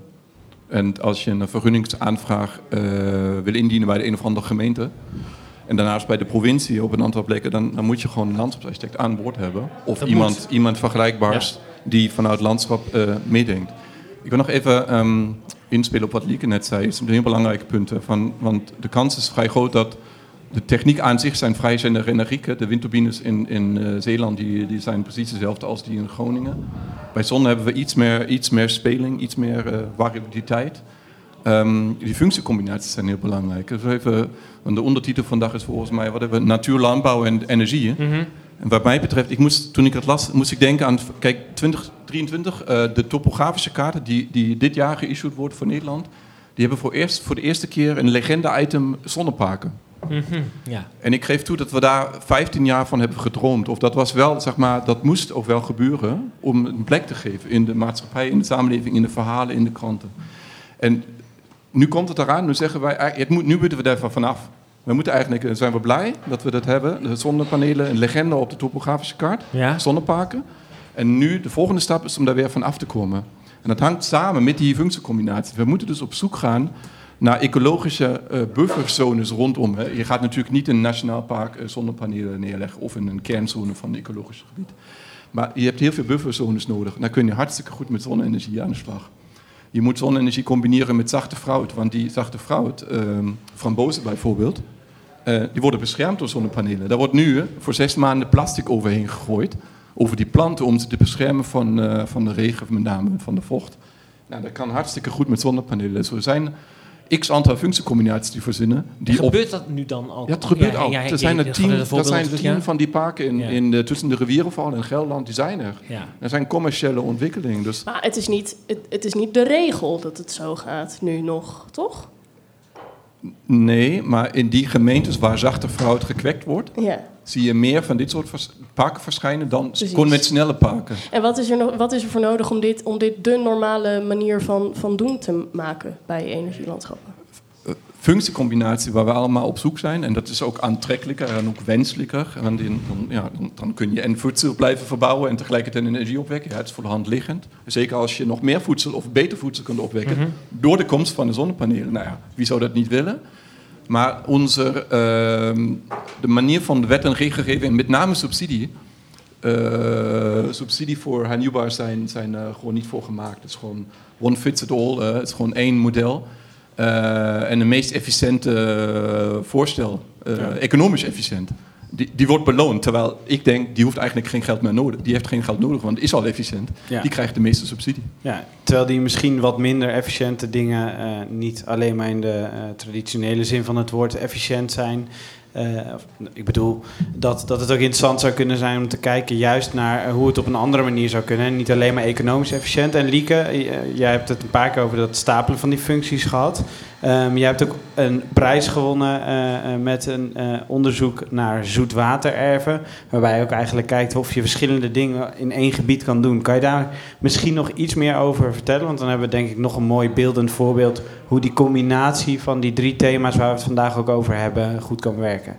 En als je een vergunningsaanvraag uh, wil indienen bij de een of andere gemeente, en daarnaast bij de provincie op een aantal plekken, dan, dan moet je gewoon een landschapsarchitect aan boord hebben. Of iemand, iemand vergelijkbaars ja. die vanuit landschap uh, meedenkt. Ik wil nog even um, inspelen op wat Lieke net zei. Dat is een heel belangrijk punt. Van, want de kans is vrij groot dat de techniek aan zich zijn vrij generiek. De windturbines in, in uh, Zeeland die, die zijn precies dezelfde als die in Groningen. Bij zon hebben we iets meer, iets meer speling, iets meer uh, variabiliteit. Um, die functiecombinaties zijn heel belangrijk. Dus even, de ondertitel vandaag is volgens mij wat hebben we, natuur, landbouw en energie. Mm-hmm. En wat mij betreft, ik moest, toen ik dat las, moest ik denken aan, kijk, twintig drieëntwintig, uh, de topografische kaarten die, die dit jaar geïssued wordt voor Nederland, die hebben voor, eerst, voor de eerste keer een legende-item zonneparken. Mm-hmm, ja. En ik geef toe dat we daar vijftien jaar van hebben gedroomd. Of dat was wel, zeg maar, dat moest ook wel gebeuren om een plek te geven in de maatschappij, in de samenleving, in de verhalen, in de kranten. En nu komt het eraan, nu zeggen wij, het moet, nu moeten we daar vanaf. We moeten eigenlijk, zijn we blij dat we dat hebben. De zonnepanelen, een legende op de topografische kaart, ja. zonneparken. En nu, de volgende stap is om daar weer van af te komen. En dat hangt samen met die functiecombinatie. We moeten dus op zoek gaan naar ecologische uh, bufferzones rondom. Hè. Je gaat natuurlijk niet in een nationaal park uh, zonnepanelen neerleggen of in een kernzone van het ecologische gebied. Maar je hebt heel veel bufferzones nodig. Dan kun je hartstikke goed met zonne-energie aan de slag. Je moet zonne-energie combineren met zachte fruit. Want die zachte fruit, uh, frambozen bijvoorbeeld, uh, die worden beschermd door zonnepanelen. Daar wordt nu uh, voor zes maanden plastic overheen gegooid. Over die planten om ze te beschermen van, uh, van de regen, met name van de vocht. Nou, dat kan hartstikke goed met zonnepanelen. Dus er zijn x aantal functiecombinaties die verzinnen. Die gebeurt op... dat nu dan ook? Ja, het gebeurt ja, al. Ja, ja, er zijn er tien, er zijn tien ja. van die parken in, ja. in de, tussen de Rivierenval en Gelderland, die zijn er. Ja. Er zijn commerciële ontwikkelingen. Dus... Maar het is, niet, het, het is niet de regel dat het zo gaat nu nog, toch? Nee, maar in die gemeentes waar zachte fruit gekweekt wordt, ja. zie je meer van dit soort vers- parken verschijnen dan Precies. conventionele parken. En wat is er, no- wat is er voor nodig om dit, om dit de normale manier van, van doen te maken bij energielandschappen? functiecombinatie waar we allemaal op zoek zijn. En dat is ook aantrekkelijker en ook wenselijker. Want dan, dan, ja, dan, dan kun je en voedsel blijven verbouwen en tegelijkertijd energie opwekken. Ja, het is voor de hand liggend. Zeker als je nog meer voedsel of beter voedsel kunt opwekken mm-hmm. door de komst van de zonnepanelen. Nou ja, wie zou dat niet willen? Maar onze, uh, de manier van de wet en regelgeving, en met name subsidie, uh, subsidie voor hernieuwbaar zijn, zijn uh, gewoon niet voor gemaakt. Het is gewoon one fits it all. Uh, het is gewoon één model. Uh, en de meest efficiënte uh, voorstel, uh, ja. economisch efficiënt, die, die wordt beloond. Terwijl ik denk, die hoeft eigenlijk geen geld meer nodig. Die heeft geen geld nodig, want is al efficiënt. Ja. Die krijgt de meeste subsidie. Ja, terwijl die misschien wat minder efficiënte dingen uh, niet alleen maar in de uh, traditionele zin van het woord efficiënt zijn. Uh, ik bedoel dat, dat het ook interessant zou kunnen zijn om te kijken juist naar hoe het op een andere manier zou kunnen. En niet alleen maar economisch efficiënt. En Lieke, uh, jij hebt het een paar keer over dat stapelen van die functies gehad. Um, jij hebt ook een prijs gewonnen uh, met een uh, onderzoek naar zoetwatererven. Waarbij je ook eigenlijk kijkt of je verschillende dingen in één gebied kan doen. Kan je daar misschien nog iets meer over vertellen? Want dan hebben we denk ik nog een mooi beeldend voorbeeld hoe die combinatie van die drie thema's waar we het vandaag ook over hebben goed kan werken.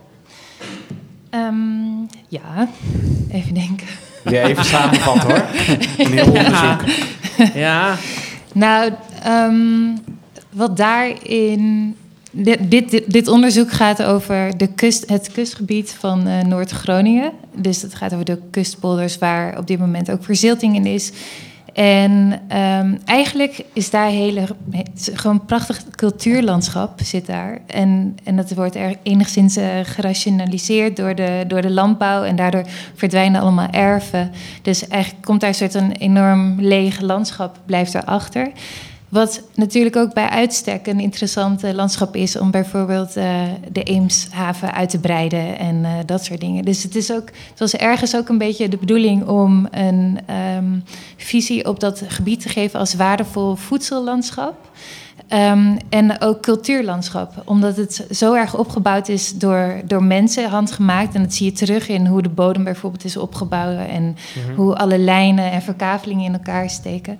Um, ja, even denken. Weer even samenvat hoor. Een heel onderzoek. Ja. ja. Nou, um, wat daarin... Dit, dit, dit onderzoek gaat over de kust, het kustgebied van uh, Noord-Groningen. Dus het gaat over de kustpolders waar op dit moment ook verzilting in is. En um, eigenlijk is daar hele, gewoon een prachtig cultuurlandschap zit daar. En, en dat wordt er enigszins uh, gerationaliseerd door de, door de landbouw. En daardoor verdwijnen allemaal erven. Dus eigenlijk komt daar een soort een enorm leeg landschap, blijft erachter. Wat natuurlijk ook bij uitstek een interessant landschap is om bijvoorbeeld uh, de Eemshaven uit te breiden en uh, dat soort dingen. Dus het is ook, het was ergens ook een beetje de bedoeling om een um, visie op dat gebied te geven als waardevol voedsellandschap. Um, en ook cultuurlandschap, omdat het zo erg opgebouwd is door, door mensen, handgemaakt. En dat zie je terug in hoe de bodem bijvoorbeeld is opgebouwd en mm-hmm. hoe alle lijnen en verkavelingen in elkaar steken.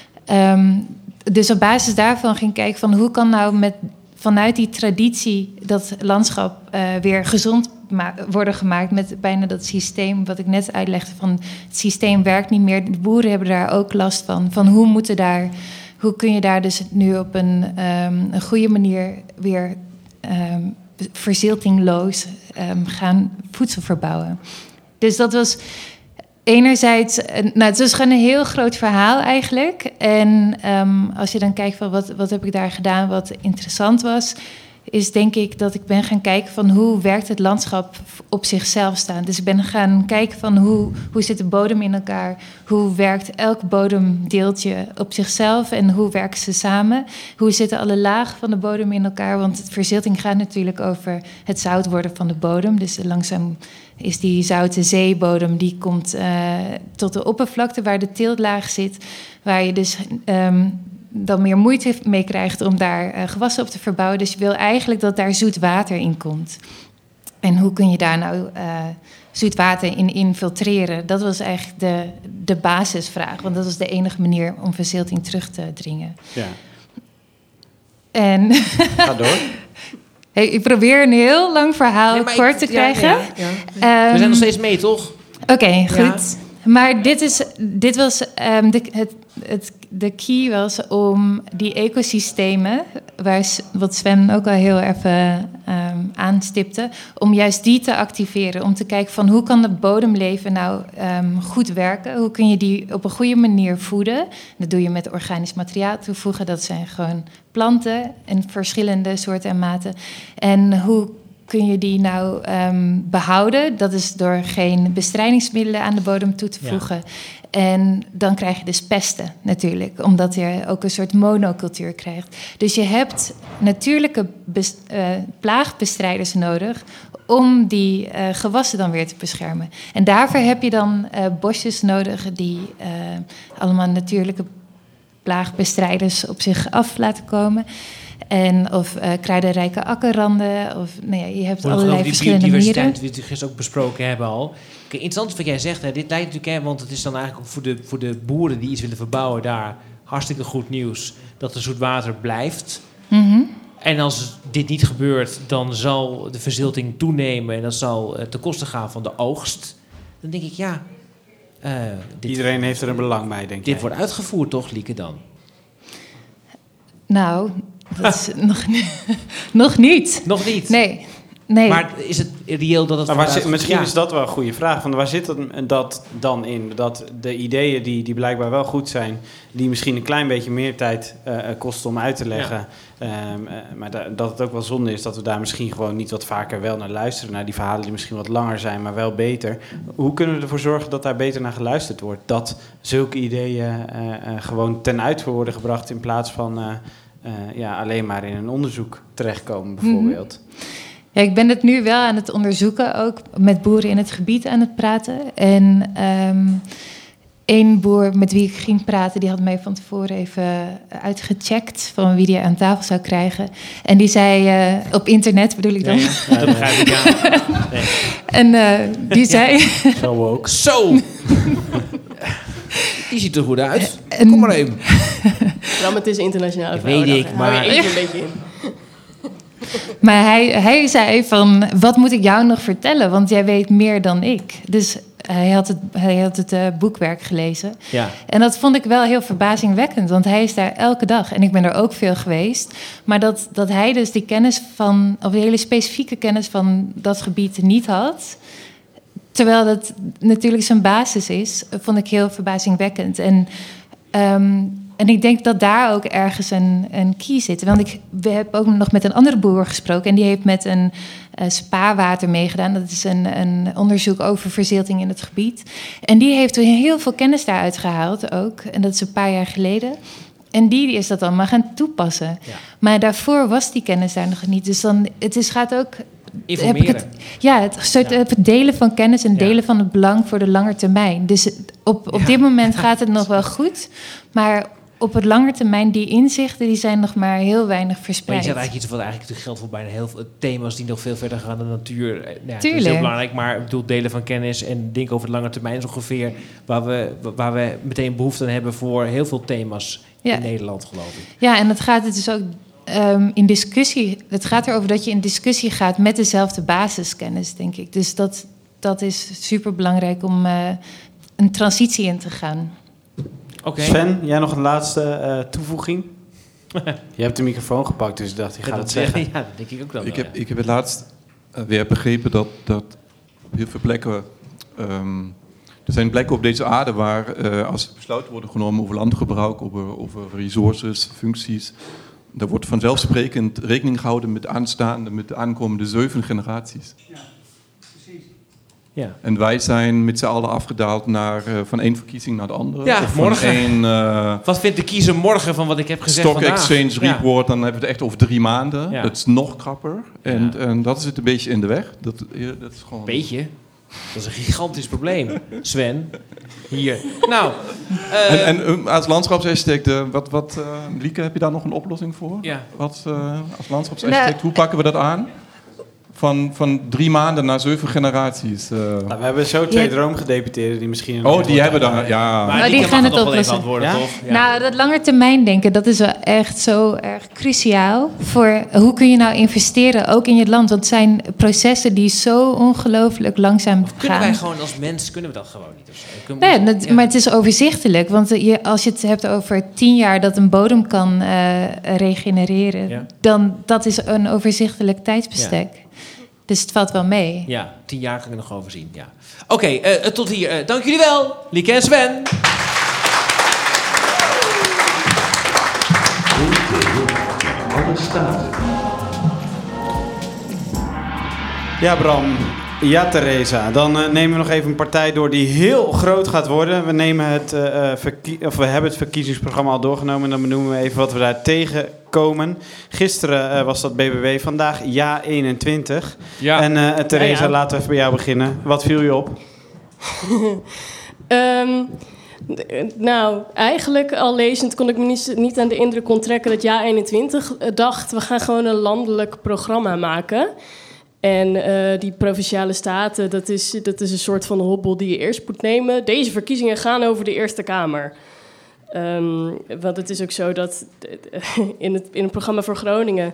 Um, Dus op basis daarvan ging ik kijken van hoe kan nou met, vanuit die traditie dat landschap uh, weer gezond ma- worden gemaakt met bijna dat systeem wat ik net uitlegde van het systeem werkt niet meer. De boeren hebben daar ook last van. Van hoe moeten daar, hoe kun je daar dus nu op een, um, een goede manier weer um, verziltingloos um, gaan voedsel verbouwen. Dus dat was enerzijds, nou, het is gewoon een heel groot verhaal eigenlijk. En um, als je dan kijkt van wat, wat heb ik daar gedaan wat interessant was, is denk ik dat ik ben gaan kijken van hoe werkt het landschap op zichzelf staan. Dus ik ben gaan kijken van hoe, hoe zit de bodem in elkaar, hoe werkt elk bodemdeeltje op zichzelf en hoe werken ze samen. Hoe zitten alle lagen van de bodem in elkaar, want verzilting gaat natuurlijk over het zout worden van de bodem. Dus langzaam is die zoute zeebodem, die komt uh, tot de oppervlakte waar de teeltlaag zit, waar je dus um, dan meer moeite mee krijgt om daar uh, gewassen op te verbouwen. Dus je wil eigenlijk dat daar zoet water in komt. En hoe kun je daar nou uh, zoet water in infiltreren? Dat was eigenlijk de, de basisvraag, want dat was de enige manier om verzilting terug te dringen. Ja. En Ga door. Hey, ik probeer een heel lang verhaal nee, kort ik, te krijgen. Ja, ja, ja. Um, We zijn nog steeds mee, toch? Oké, okay, goed. Ja. Maar dit, is, dit was um, de, het, het, de key was om die ecosystemen, waar, wat Sven ook al heel even um, aanstipte, om juist die te activeren. Om te kijken van hoe kan het bodemleven nou um, goed werken? Hoe kun je die op een goede manier voeden? Dat doe je met organisch materiaal toevoegen. Dat zijn gewoon planten in verschillende soorten en maten. En hoe kun je die nou um, behouden? Dat is door geen bestrijdingsmiddelen aan de bodem toe te voegen. Ja. En dan krijg je dus pesten natuurlijk, omdat je ook een soort monocultuur krijgt. Dus je hebt natuurlijke best, uh, plaagbestrijders nodig om die uh, gewassen dan weer te beschermen. En daarvoor heb je dan uh, bosjes nodig die uh, allemaal natuurlijke plaagbestrijders op zich af laten komen. En of uh, kruidenrijke akkerranden. Of, nou ja, je hebt Hoe allerlei verschillende manieren. Die biodiversiteit die we gisteren ook besproken hebben al. Kijk, interessant wat jij zegt. Hè, dit lijkt natuurlijk, hè, want het is dan eigenlijk ook voor de, voor de boeren die iets willen verbouwen daar hartstikke goed nieuws dat er zoet water blijft. Mm-hmm. En als dit niet gebeurt, dan zal de verzilting toenemen en dat zal uh, ten koste gaan van de oogst. Dan denk ik, ja... Uh, dit, Iedereen heeft er een belang bij, denk ik. Dit jij. wordt uitgevoerd, toch, Lieke, dan? Nou, dat is nog, nog niet. Nog niet? Nee. Nee. Maar is het reëel dat het... Maar waar zit, misschien ja. is dat wel een goede vraag. Van waar zit dat, dat dan in? Dat de ideeën die, die blijkbaar wel goed zijn... die misschien een klein beetje meer tijd uh, kosten om uit te leggen... Ja. Um, uh, maar da- dat het ook wel zonde is dat we daar misschien gewoon niet wat vaker wel naar luisteren... naar die verhalen die misschien wat langer zijn, maar wel beter. Hoe kunnen we ervoor zorgen dat daar beter naar geluisterd wordt? Dat zulke ideeën uh, uh, gewoon ten uitvoer worden gebracht... in plaats van uh, uh, ja, alleen maar in een onderzoek terechtkomen, bijvoorbeeld... Mm-hmm. Ja, ik ben het nu wel aan het onderzoeken, ook met boeren in het gebied aan het praten. En um, één boer met wie ik ging praten, die had mij van tevoren even uitgecheckt van wie die aan tafel zou krijgen. En die zei, uh, op internet bedoel ik dan. Ja, ja. Dat begrijp ik, ja. Nee. En uh, die zei... Zo ook. Zo! Die ziet er goed uit. Kom maar even. Ram, het is internationale Vrouwendag. Weet ik, maar... Hou je even een beetje in. Maar hij, hij zei van, wat moet ik jou nog vertellen? Want jij weet meer dan ik. Dus hij had het, hij had het uh, boekwerk gelezen. Ja. En dat vond ik wel heel verbazingwekkend. Want hij is daar elke dag. En ik ben er ook veel geweest. Maar dat, dat hij dus die kennis van... of die hele specifieke kennis van dat gebied niet had... terwijl dat natuurlijk zijn basis is... vond ik heel verbazingwekkend. En... Um, En ik denk dat daar ook ergens een, een key zit. Want ik we hebben ook nog met een andere boer gesproken... en die heeft met een uh, spaarwater meegedaan. Dat is een, een onderzoek over verzilting in het gebied. En die heeft heel veel kennis daaruit gehaald ook. En dat is een paar jaar geleden. En die is dat allemaal gaan toepassen. Ja. Maar daarvoor was die kennis daar nog niet. Dus dan, het is, gaat ook... Informeren. Heb ik het, ja, het, soort, ja. het delen van kennis en delen ja. van het belang voor de lange termijn. Dus op, op ja. dit moment gaat het nog wel goed. Maar... op het lange termijn, die inzichten, die zijn nog maar heel weinig verspreid. Maar je zegt eigenlijk iets wat eigenlijk geldt voor bijna heel veel thema's die nog veel verder gaan dan de natuur. Ja, Tuurlijk. Dat is heel belangrijk, maar ik bedoel, delen van kennis en denken over de lange termijn is ongeveer waar we, waar we meteen behoefte aan hebben voor heel veel thema's ja. in Nederland, geloof ik. Ja, en het gaat het dus ook um, in discussie. Het gaat erover dat je in discussie gaat met dezelfde basiskennis, denk ik. Dus dat, dat is superbelangrijk om uh, een transitie in te gaan. Okay. Sven, jij nog een laatste uh, toevoeging? Je hebt de microfoon gepakt, dus ik dacht, je gaat het zeggen. Ja, dat denk ik ook dan. Ik wel, heb, ja. ik heb het laatst uh, weer begrepen dat, dat op heel veel plekken... Um, er zijn plekken op deze aarde waar uh, als besluiten worden genomen over landgebruik, over, over resources, functies... daar wordt vanzelfsprekend rekening gehouden met aanstaande, met de aankomende zeven generaties. Ja. Ja. En wij zijn met z'n allen afgedaald naar, uh, van één verkiezing naar de andere. Ja, of morgen. Één, uh, wat vindt de kiezer morgen van wat ik heb gezegd Stock vandaag? Exchange ja. Report, dan hebben we het echt over drie maanden. Ja. Dat is nog krapper. En, Ja. en dat zit een beetje in de weg. Dat, dat is gewoon... Beetje? Dat is een gigantisch probleem, Sven. Hier. Nou. Uh, en, en als landschapsarchitect, uh, wat, wat, uh, Lieke, heb je daar nog een oplossing voor? Ja. Wat, uh, als landschapsarchitect, nou, hoe pakken we dat aan? Van, van drie maanden naar zeven generaties. Uh. Nou, we hebben zo twee ja. droomgedeputeerden die misschien... Oh, die hebben dan... Ja. Maar die, die gaan het oplossen. Ja? Toch? Ja. Nou, dat langetermijndenken, dat is wel echt zo erg cruciaal. Voor hoe kun je nou investeren, ook in je land? Want het zijn processen die zo ongelooflijk langzaam of gaan. Kunnen wij gewoon als mens, kunnen we dat gewoon niet? Of zo? Nee, dat, ja. maar het is overzichtelijk. Want je, als je het hebt over tien jaar dat een bodem kan uh, regenereren... Ja. dan dat is een overzichtelijk tijdsbestek. Ja. Dus het valt wel mee. Ja, tien jaar kan ik nog overzien. Ja. Oké, okay, uh, tot hier. Uh, dank jullie wel, Lieke en Sven. Alle staten. Ja, Bram. Ja, Theresa. Dan uh, nemen we nog even een partij door die heel groot gaat worden. We, nemen het, uh, verkie- of we hebben het verkiezingsprogramma al doorgenomen... en dan benoemen we even wat we daar tegenkomen. Gisteren uh, was dat B B W, vandaag Ja eenentwintig. Ja. En uh, Theresa, ja, ja. laten we even bij jou beginnen. Wat viel je op? um, nou, eigenlijk al lezend kon ik me niet, niet aan de indruk onttrekken... dat Ja eenentwintig dacht, we gaan gewoon een landelijk programma maken... En uh, die provinciale staten, dat is, dat is een soort van hobbel die je eerst moet nemen. Deze verkiezingen gaan over de Eerste Kamer. Um, want het is ook zo dat in het, in het programma voor Groningen...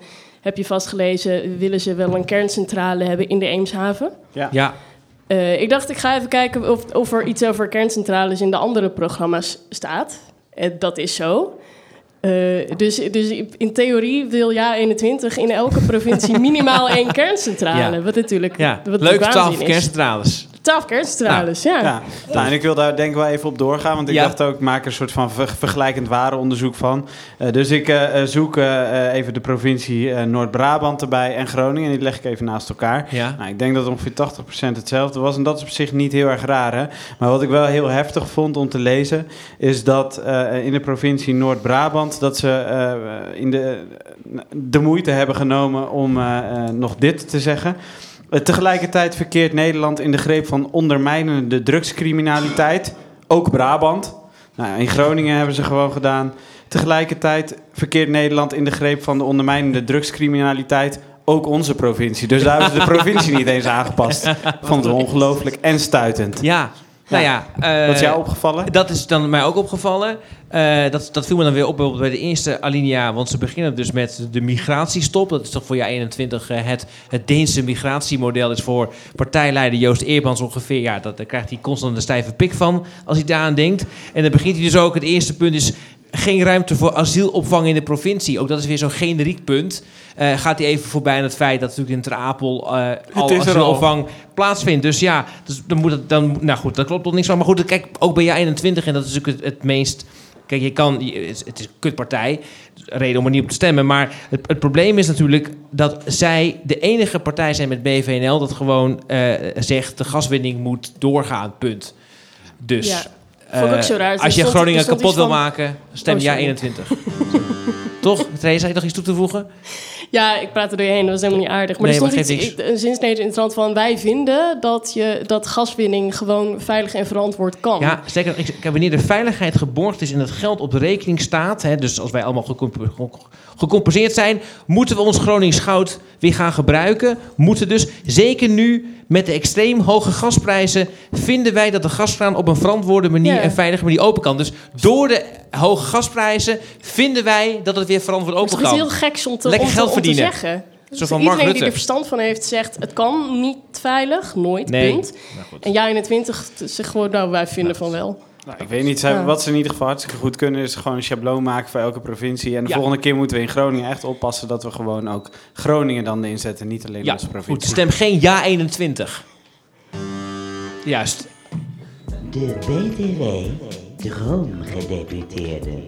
heb je vastgelezen, willen ze wel een kerncentrale hebben in de Eemshaven. Ja. Ja. Uh, ik dacht, ik ga even kijken of, of er iets over kerncentrales in de andere programma's staat. Uh, dat is zo. Uh, dus, dus in theorie wil Ja eenentwintig in elke provincie minimaal één kerncentrale. Ja. Wat natuurlijk ja. wat Leuke twaalf kerncentrales. Twaalf kerncentrales, nou. ja. ja. Nou, en ik wil daar denk ik wel even op doorgaan. Want ik ja. dacht ook, ik maak er een soort van ver- vergelijkend warenonderzoek van. Uh, dus ik uh, zoek uh, even de provincie uh, Noord-Brabant erbij en Groningen. En die leg ik even naast elkaar. Ja. Nou, ik denk dat het ongeveer tachtig procent hetzelfde was. En dat is op zich niet heel erg raar, hè. Maar wat ik wel heel heftig vond om te lezen, is dat uh, in de provincie Noord-Brabant, dat ze uh, in de, de moeite hebben genomen om uh, uh, nog dit te zeggen. Uh, tegelijkertijd verkeert Nederland in de greep van ondermijnende drugscriminaliteit. Ook Brabant. Nou, in Groningen hebben ze gewoon gedaan. Tegelijkertijd verkeert Nederland in de greep van de ondermijnende drugscriminaliteit. Ook onze provincie. Dus daar hebben ze de provincie niet eens aangepast. Vond het ongelooflijk en stuitend. Ja. Nou ja, uh, wat is jou opgevallen? Dat is dan mij ook opgevallen. Uh, dat, dat viel me dan weer op bij de eerste alinea. Want ze beginnen dus met de migratiestop. Dat is toch voor jaar eenentwintig uh, het, het Deense migratiemodel. Is voor partijleider Joost Eerdmans ongeveer. Ja, dat, daar krijgt hij constant een stijve pik van als hij daaraan denkt. En dan begint hij dus ook. Het eerste punt is geen ruimte voor asielopvang in de provincie. Ook dat is weer zo'n generiek punt. Uh, gaat hij even voorbij aan het feit dat natuurlijk in Ter Apel uh, al asielopvang plaatsvindt. Dus ja, dus dan moet het dan. Nou goed, dat klopt toch niks van. Maar goed, kijk, ook bij jaar eenentwintig, en dat is natuurlijk het, het meest. Kijk, je kan. Het is een kutpartij. Reden om er niet op te stemmen. Maar het, het probleem is natuurlijk dat zij de enige partij zijn met B V N L dat gewoon uh, zegt de gaswinning moet doorgaan. Punt. Dus. Ja. Uh, zo raar. Als je Groningen kapot wil van... maken, stem oh, ja eenentwintig. Toch? Theresa, heb je nog iets toe te voegen? Ja, ik praat er doorheen, dat was helemaal niet aardig. Maar nee, er stond iets, een zinsnede in het trant van... wij vinden dat, je, dat gaswinning gewoon veilig en verantwoord kan. Ja, zeker. Wanneer de veiligheid geborgd is en het geld op de rekening staat... Hè, dus als wij allemaal gecomp- gecompenseerd zijn... moeten we ons Gronings goud weer gaan gebruiken. Moeten dus, zeker nu met de extreem hoge gasprijzen... vinden wij dat de gaskraan op een verantwoorde manier... Ja. en veilige manier open kan. Dus door de hoge gasprijzen vinden wij dat het weer verantwoord open kan. Het is heel gek om te, Lekker om geld te, verdienen. Om te zeggen. Zo van iedereen Mark die er verstand van heeft zegt... het kan niet veilig, nooit, nee. punt. Nou, en ja eenentwintig zegt gewoon... nou, wij vinden nou, van wel. Nou, ik weet niet, ja. wat ze in ieder geval hartstikke goed kunnen... is gewoon een schabloon maken voor elke provincie. En de ja. volgende keer moeten we in Groningen echt oppassen... dat we gewoon ook Groningen dan inzetten, niet alleen ja, onze provincie. Goed, stem geen ja eenentwintig. Juist. De B T W Droomgedeputeerde.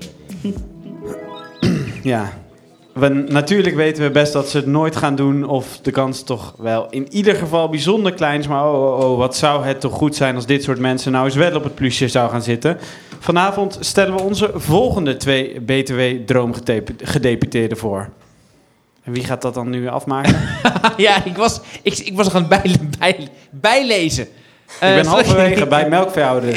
Ja, we, natuurlijk weten we best dat ze het nooit gaan doen... of de kans toch wel in ieder geval bijzonder klein is... maar oh, oh, oh, wat zou het toch goed zijn als dit soort mensen... nou eens wel op het plusje zou gaan zitten. Vanavond stellen we onze volgende twee B T W-droomgedeputeerden voor. En wie gaat dat dan nu afmaken? ja, ik was, ik, ik was nog aan het bij, bij, bijlezen. Ik ben uh, halverwege bij melkveehouder.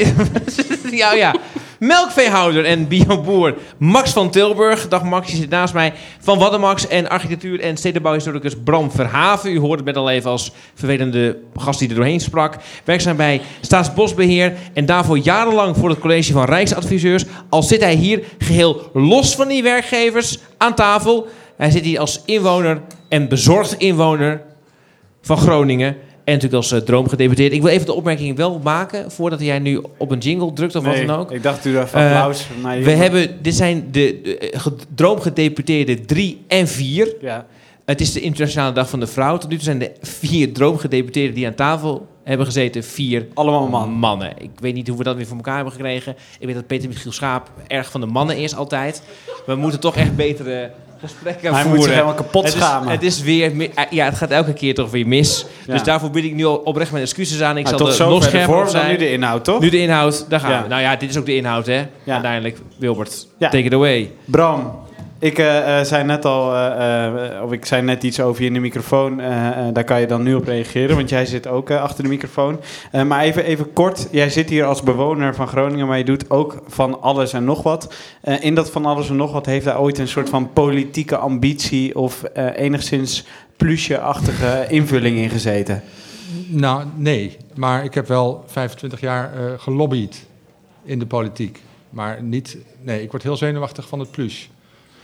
ja, ja. Melkveehouder en bioboer Max van Tilburg. Dag Max, je zit naast mij. Van Waddemax en architectuur- en stedenbouwhistoricus Bram Verhaven. U hoorde het net al even als vervelende gast die er doorheen sprak. Werkzaam bij Staatsbosbeheer en daarvoor jarenlang voor het college van Rijksadviseurs. Al zit hij hier geheel los van die werkgevers aan tafel. Hij zit hier als inwoner en bezorgd inwoner van Groningen. En natuurlijk als uh, droomgedeputeerd. Ik wil even de opmerking wel maken... voordat jij nu op een jingle drukt of nee, wat dan ook. Ik dacht u daar van applaus. Uh, we hebben, dit zijn de, de uh, droomgedeputeerden drie en vier. Ja. Het is de Internationale Dag van de Vrouw. Tot nu toe zijn de vier droomgedeputeerden die aan tafel hebben gezeten... vier allemaal man. mannen. Ik weet niet hoe we dat weer voor elkaar hebben gekregen. Ik weet dat Peter Michiel Schaap erg van de mannen is altijd. We moeten toch echt betere... gesprekken Hij voeren. moet zich helemaal kapot schamen. Het is, het is weer... Ja, het gaat elke keer toch weer mis. Ja. Dus daarvoor bied ik nu oprecht mijn excuses aan. Ik maar zal tot er nog scherper op zijn. Nu de inhoud, toch? Nu de inhoud, daar gaan ja. we. Nou ja, dit is ook de inhoud, hè? Ja. Uiteindelijk, Wilbert, ja. take it away. Bram, ik uh, zei net al... Uh, uh, of ik zei net iets over je in de microfoon. Uh, uh, daar kan je dan nu op reageren, want jij zit ook uh, achter de microfoon. Uh, maar even, even kort. Jij zit hier als bewoner van Groningen, maar je doet ook van alles en nog wat. Uh, in dat van alles en nog wat heeft daar ooit een soort van politieke ambitie... of uh, enigszins plusje-achtige invulling in gezeten? Nou, nee. Maar ik heb wel vijfentwintig jaar uh, gelobbyd in de politiek. Maar niet... Nee, ik word heel zenuwachtig van het plus.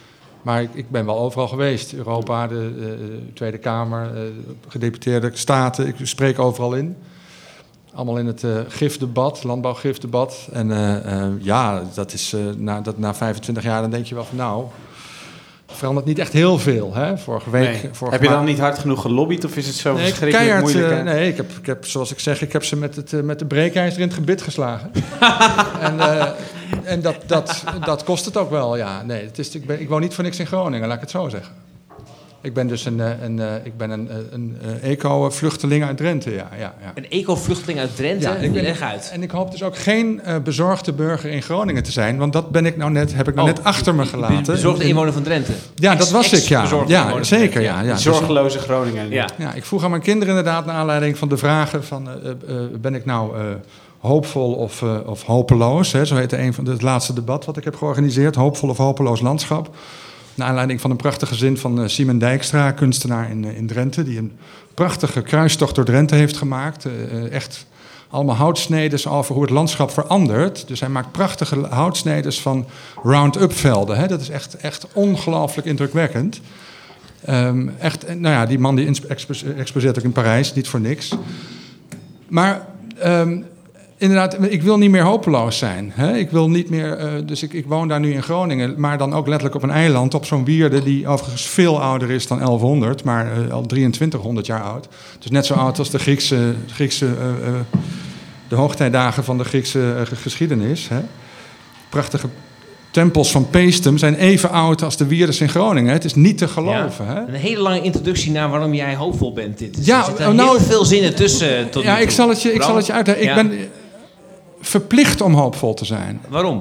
Maar ik, ik ben wel overal geweest. Europa, de, de Tweede Kamer, uh, gedeputeerde staten. Ik spreek overal in. Allemaal in het uh, gifdebat, landbouwgifdebat. En uh, uh, ja, dat is, uh, na, dat, na vijfentwintig jaar dan denk je wel van nou... verandert niet echt heel veel. Hè? Vorige week... Nee. Vorige heb je dan maand... niet hard genoeg gelobbyd of is het zo nee, verschrikkelijk keihard, moeilijk? Uh, nee, ik heb, ik heb, zoals ik zeg, ik heb ze met, het, uh, met de breekijzer in het gebit geslagen. en uh, en dat, dat, dat kost het ook wel, ja. Nee, het is, ik, ben, ik woon niet voor niks in Groningen, laat ik het zo zeggen. Ik ben dus een, een, een, ik ben een, een, een eco-vluchteling uit Drenthe, ja. ja, ja. Een eco-vluchteling uit Drenthe? Ja, ik ben, leg uit. En ik hoop dus ook geen uh, bezorgde burger in Groningen te zijn, want dat ben ik nou net, heb ik nou oh, net achter me gelaten. Bezorgde inwoner van Drenthe? Ja, dat was ik, ja. Ja, zeker, ja. ja. Zorgeloze Groningen. Ja. Ja, ik vroeg aan mijn kinderen inderdaad, naar aanleiding van de vragen van, uh, uh, ben ik nou... Uh, hoopvol of, uh, of hopeloos, hè? Zo heette een van de, het laatste debat wat ik heb georganiseerd. Hoopvol of hopeloos landschap. Naar aanleiding van een prachtige zin van uh, Simon Dijkstra, kunstenaar in, uh, in Drenthe, die een prachtige kruistocht door Drenthe heeft gemaakt. Uh, echt allemaal houtsnedes over hoe het landschap verandert. Dus hij maakt prachtige houtsnedes van Roundup velden. Hè? Dat is echt, echt ongelooflijk indrukwekkend. Um, echt, nou ja, die man die exposeert ook in Parijs, niet voor niks. Maar... Um, Inderdaad, ik wil niet meer hopeloos zijn. Hè? Ik wil niet meer, uh, dus ik, ik woon daar nu in Groningen, maar dan ook letterlijk op een eiland, op zo'n wierde die overigens veel ouder is dan elfhonderd, maar uh, al drieëntwintighonderd jaar oud. Dus net zo oud als de Griekse, Griekse uh, uh, de hoogtijdagen van de Griekse uh, geschiedenis. Hè? Prachtige tempels van Paestum zijn even oud als de wierdes in Groningen. Het is niet te geloven. Ja, hè? Een hele lange introductie naar waarom jij hoopvol bent. Dit. Dus ja, er zitten nou, heel veel zinnen tussen. Tot ja, ik zal het je, ik zal het je uitleggen. Ja. Ik ben verplicht om hoopvol te zijn. Waarom?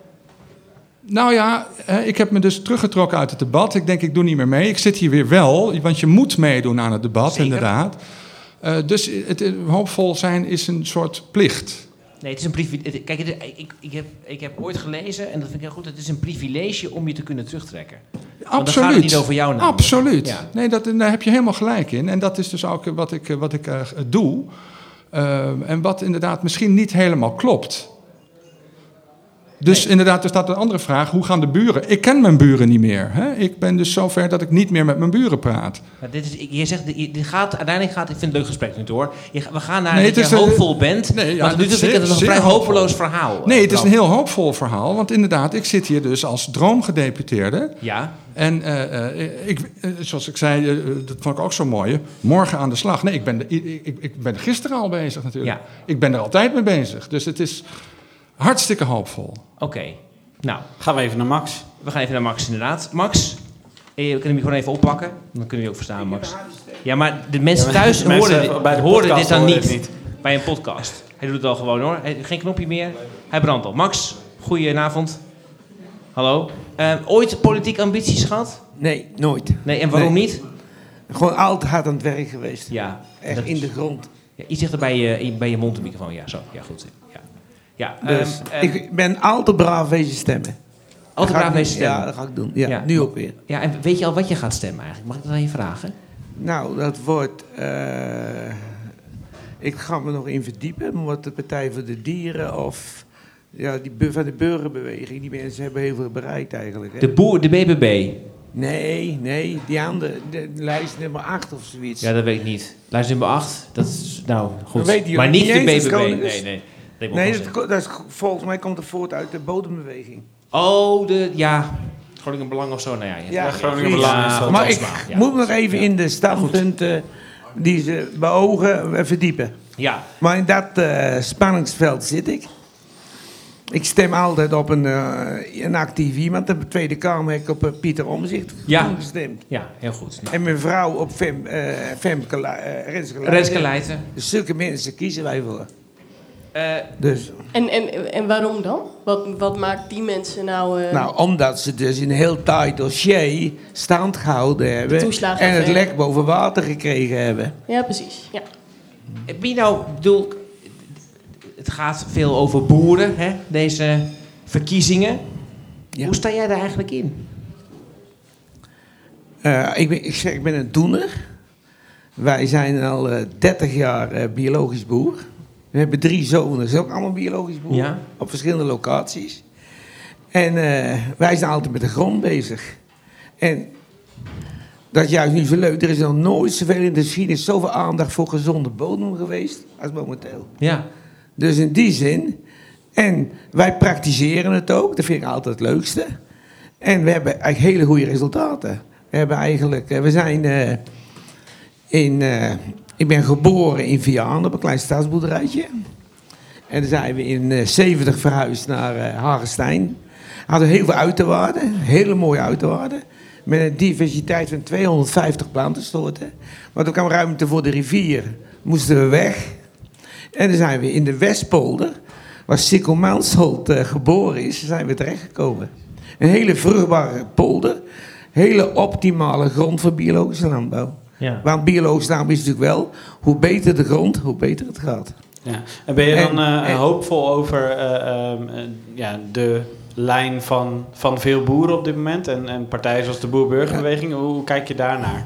Nou ja, ik heb me dus teruggetrokken uit het debat. Ik denk, ik doe niet meer mee. Ik zit hier weer wel, want je moet meedoen aan het debat, Zeker. inderdaad. Uh, dus het, het, hoopvol zijn is een soort plicht. Nee, het is een privilege. Kijk, het, ik, ik, heb, ik heb ooit gelezen, en dat vind ik heel goed, het is een privilege om je te kunnen terugtrekken. Absoluut. Want dan gaat het niet over jou namelijk. Absoluut. Ja. Nee, dat, daar heb je helemaal gelijk in. En dat is dus ook wat ik, wat ik uh, doe. Uh, en wat inderdaad misschien niet helemaal klopt. Dus nee. inderdaad, er staat een andere vraag. Hoe gaan de buren? Ik ken mijn buren niet meer. Hè? Ik ben dus zover dat ik niet meer met mijn buren praat. Maar dit is, je zegt, dit gaat, uiteindelijk gaat... Ik vind het een leuk gesprek nu, hoor. Je, we gaan naar nee, dat je hoopvol bent. Nee, ja, maar nu vind ik het een vrij hopeloos verhaal. Nee, het is een heel hoopvol verhaal. Want inderdaad, ik zit hier dus als droomgedeputeerde. Ja. En uh, uh, ik, uh, zoals ik zei, uh, dat vond ik ook zo mooi. Morgen aan de slag. Nee, ik ben, de, ik, ik, ik ben gisteren al bezig natuurlijk. Ja. Ik ben er altijd mee bezig. Dus het is... hartstikke hoopvol. Oké, okay. Nou. Gaan we even naar Max. We gaan even naar Max, inderdaad. Max, we kunnen hem gewoon even oppakken. Dan kunnen we je ook verstaan, Max. Ja, maar de mensen ja, thuis mensen hoorden, dit, bij de hoorden dit dan niet, niet bij een podcast. Hij doet het al gewoon, hoor. Geen knopje meer. Hij brandt al. Max, goedenavond. Hallo. Uh, ooit politieke ambities gehad? Nee, nooit. Nee, en waarom nee. niet? Gewoon altijd hard aan het werk geweest. Ja. Echt in de grond. Ja, iets dichter bij je, bij je mond, de microfoon. Ja, zo. Ja, goed. Ja. Ja, dus um, um, ik ben altijd braaf wezen stemmen. Altijd braaf wezen stemmen? Ja, dat ga ik doen. Ja, ja, nu ook weer. Ja, en weet je al wat je gaat stemmen eigenlijk? Mag ik dat aan je vragen? Nou, dat wordt... Uh, ik ga me nog in verdiepen. Wordt de Partij voor de Dieren of... Ja, die van de burgerbeweging. Die mensen hebben heel veel bereikt eigenlijk. Hè? De, boer, de B B B? Nee, nee. Die andere, de lijst nummer acht of zoiets. Ja, dat weet ik niet. Lijst nummer acht, dat is... Nou, goed. Weet je, maar niet niet de B B B. Nee, nee. Nee, dat, dat is, volgens mij komt het voort uit de bodembeweging. Oh, de, ja, Groningen Belang of zo. Nou ja, ja, ja Groningen Belang. Ja, maar ik ja. moet nog even ja. in de standpunten die ze beogen verdiepen. Ja. Maar in dat uh, spanningsveld zit ik. Ik stem altijd op een, uh, een actief iemand. In de Tweede Kamer heb ik op uh, Pieter Omtzigt ja. gestemd. Ja, heel goed. Nou. En mijn vrouw op Fem, uh, Femke uh, Renske Leijten. Renske Leijten. Dus zulke mensen kiezen wij voor. Uh, dus. en, en, en waarom dan? Wat, wat maakt die mensen nou... Uh... Nou, omdat ze dus in een heel taai dossier stand gehouden hebben... en het lek boven water gekregen hebben. Ja, precies. Ja. Heb je nou... Bedoel, het gaat veel over boeren, hè? Deze verkiezingen. Ja. Hoe sta jij daar eigenlijk in? Uh, ik, ben, ik, zeg, ik ben een doener. Wij zijn al uh, dertig jaar uh, biologisch boer... We hebben drie zonen, dat is ook allemaal biologisch boer, ja. op verschillende locaties. En uh, wij zijn altijd met de grond bezig. En dat is juist niet zo leuk. Er is nog nooit zoveel in de geschiedenis zoveel aandacht voor gezonde bodem geweest als momenteel. Ja. Dus in die zin. En wij praktiseren het ook. Dat vind ik altijd het leukste. En we hebben eigenlijk hele goede resultaten. We hebben eigenlijk... We zijn uh, in... Uh, ik ben geboren in Vianen op een klein stadsboerderijtje. En dan zijn we in uh, zeventig verhuisd naar uh, Hagestein. Hadden heel veel uiterwaarden. Hele mooie uiterwaarden. Met een diversiteit van tweehonderdvijftig plantensoorten. Maar toen kwam ruimte voor de rivier. Moesten we weg. En dan zijn we in de Westpolder, waar Sikkel Mansholt uh, geboren is, zijn we terechtgekomen. Een hele vruchtbare polder. Hele optimale grond voor biologische landbouw. Ja. Want biologische landbouw is natuurlijk wel, hoe beter de grond, hoe beter het gaat. Ja. En ben je dan uh, en, en, hoopvol over uh, um, uh, ja, de lijn van, van veel boeren op dit moment en, en partijen zoals de Boer-Burgerbeweging? Ja. Hoe, hoe kijk je daarnaar?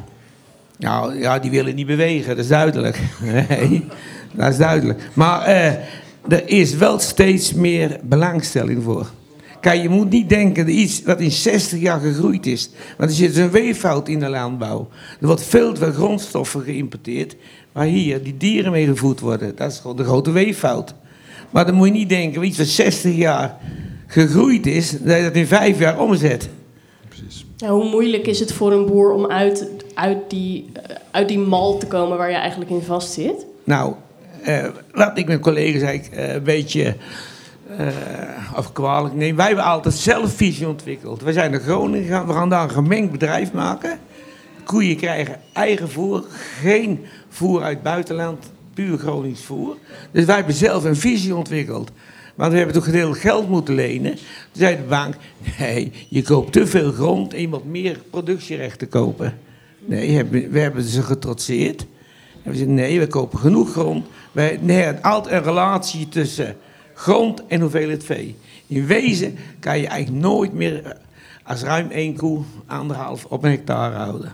Nou ja, die willen niet bewegen, dat is duidelijk. Nee, dat is duidelijk. Maar uh, er is wel steeds meer belangstelling voor. Kijk, je moet niet denken dat iets wat in zestig jaar gegroeid is. Want er zit een weeffout in de landbouw. Er wordt veel te veel grondstoffen geïmporteerd, waar hier die dieren mee gevoed worden. Dat is gewoon de grote weeffout. Maar dan moet je niet denken, iets wat zestig jaar gegroeid is, dat je dat in vijf jaar omzet. Precies. Ja, hoe moeilijk is het voor een boer om uit, uit, die, uit die mal te komen waar je eigenlijk in vast zit? Nou, uh, laat ik met collega's eigenlijk uh, een beetje... Uh, of kwalijk. Nee, wij hebben altijd zelf visie ontwikkeld. We zijn naar Groningen gegaan, we gaan daar een gemengd bedrijf maken. Koeien krijgen eigen voer, geen voer uit het buitenland, puur Gronings voer. Dus wij hebben zelf een visie ontwikkeld. Want we hebben toch gedeeld geld moeten lenen. Toen zei de bank, nee, je koopt te veel grond en je moet meer productierechten kopen. Nee, we hebben ze getrotseerd. En we zeiden, nee, we kopen genoeg grond. Wij, nee, het altijd een relatie tussen grond en hoeveelheid vee. In wezen kan je eigenlijk nooit meer als ruim één koe anderhalf op een hectare houden.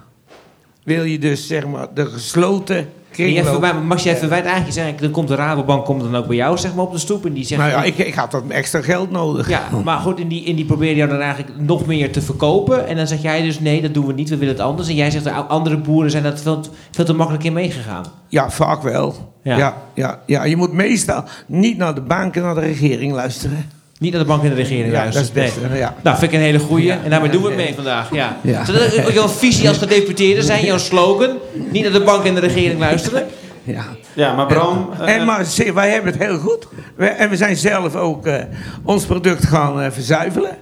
Wil je dus zeg maar de gesloten kringloop... Maar mag je even wijd eigenlijk zeggen, dan komt de Rabobank komt dan ook bij jou zeg maar op de stoep en die zegt... Nou ja, ik, ik had wat extra geld nodig. Ja, maar goed, en die, en die probeerde jou dan eigenlijk nog meer te verkopen. En dan zeg jij dus nee, dat doen we niet, we willen het anders. En jij zegt de andere boeren zijn dat veel, veel te makkelijk in meegegaan. Ja, vaak wel. Ja. Ja, ja, ja, je moet meestal niet naar de bank en naar de regering luisteren. Niet naar de bank en de regering ja, luisteren. Dat is het beste. Nee. Ja. Nou, vind ik een hele goeie. Ja. En daarmee doen we het mee vandaag. Ja. Ja. Zou dat ook jouw visie als gedeputeerde zijn, jouw slogan? Niet naar de bank en de regering luisteren? Ja, ja maar Bram... En, uh, en maar wij hebben het heel goed. We, en we zijn zelf ook uh, ons product gaan uh, verzuivelen.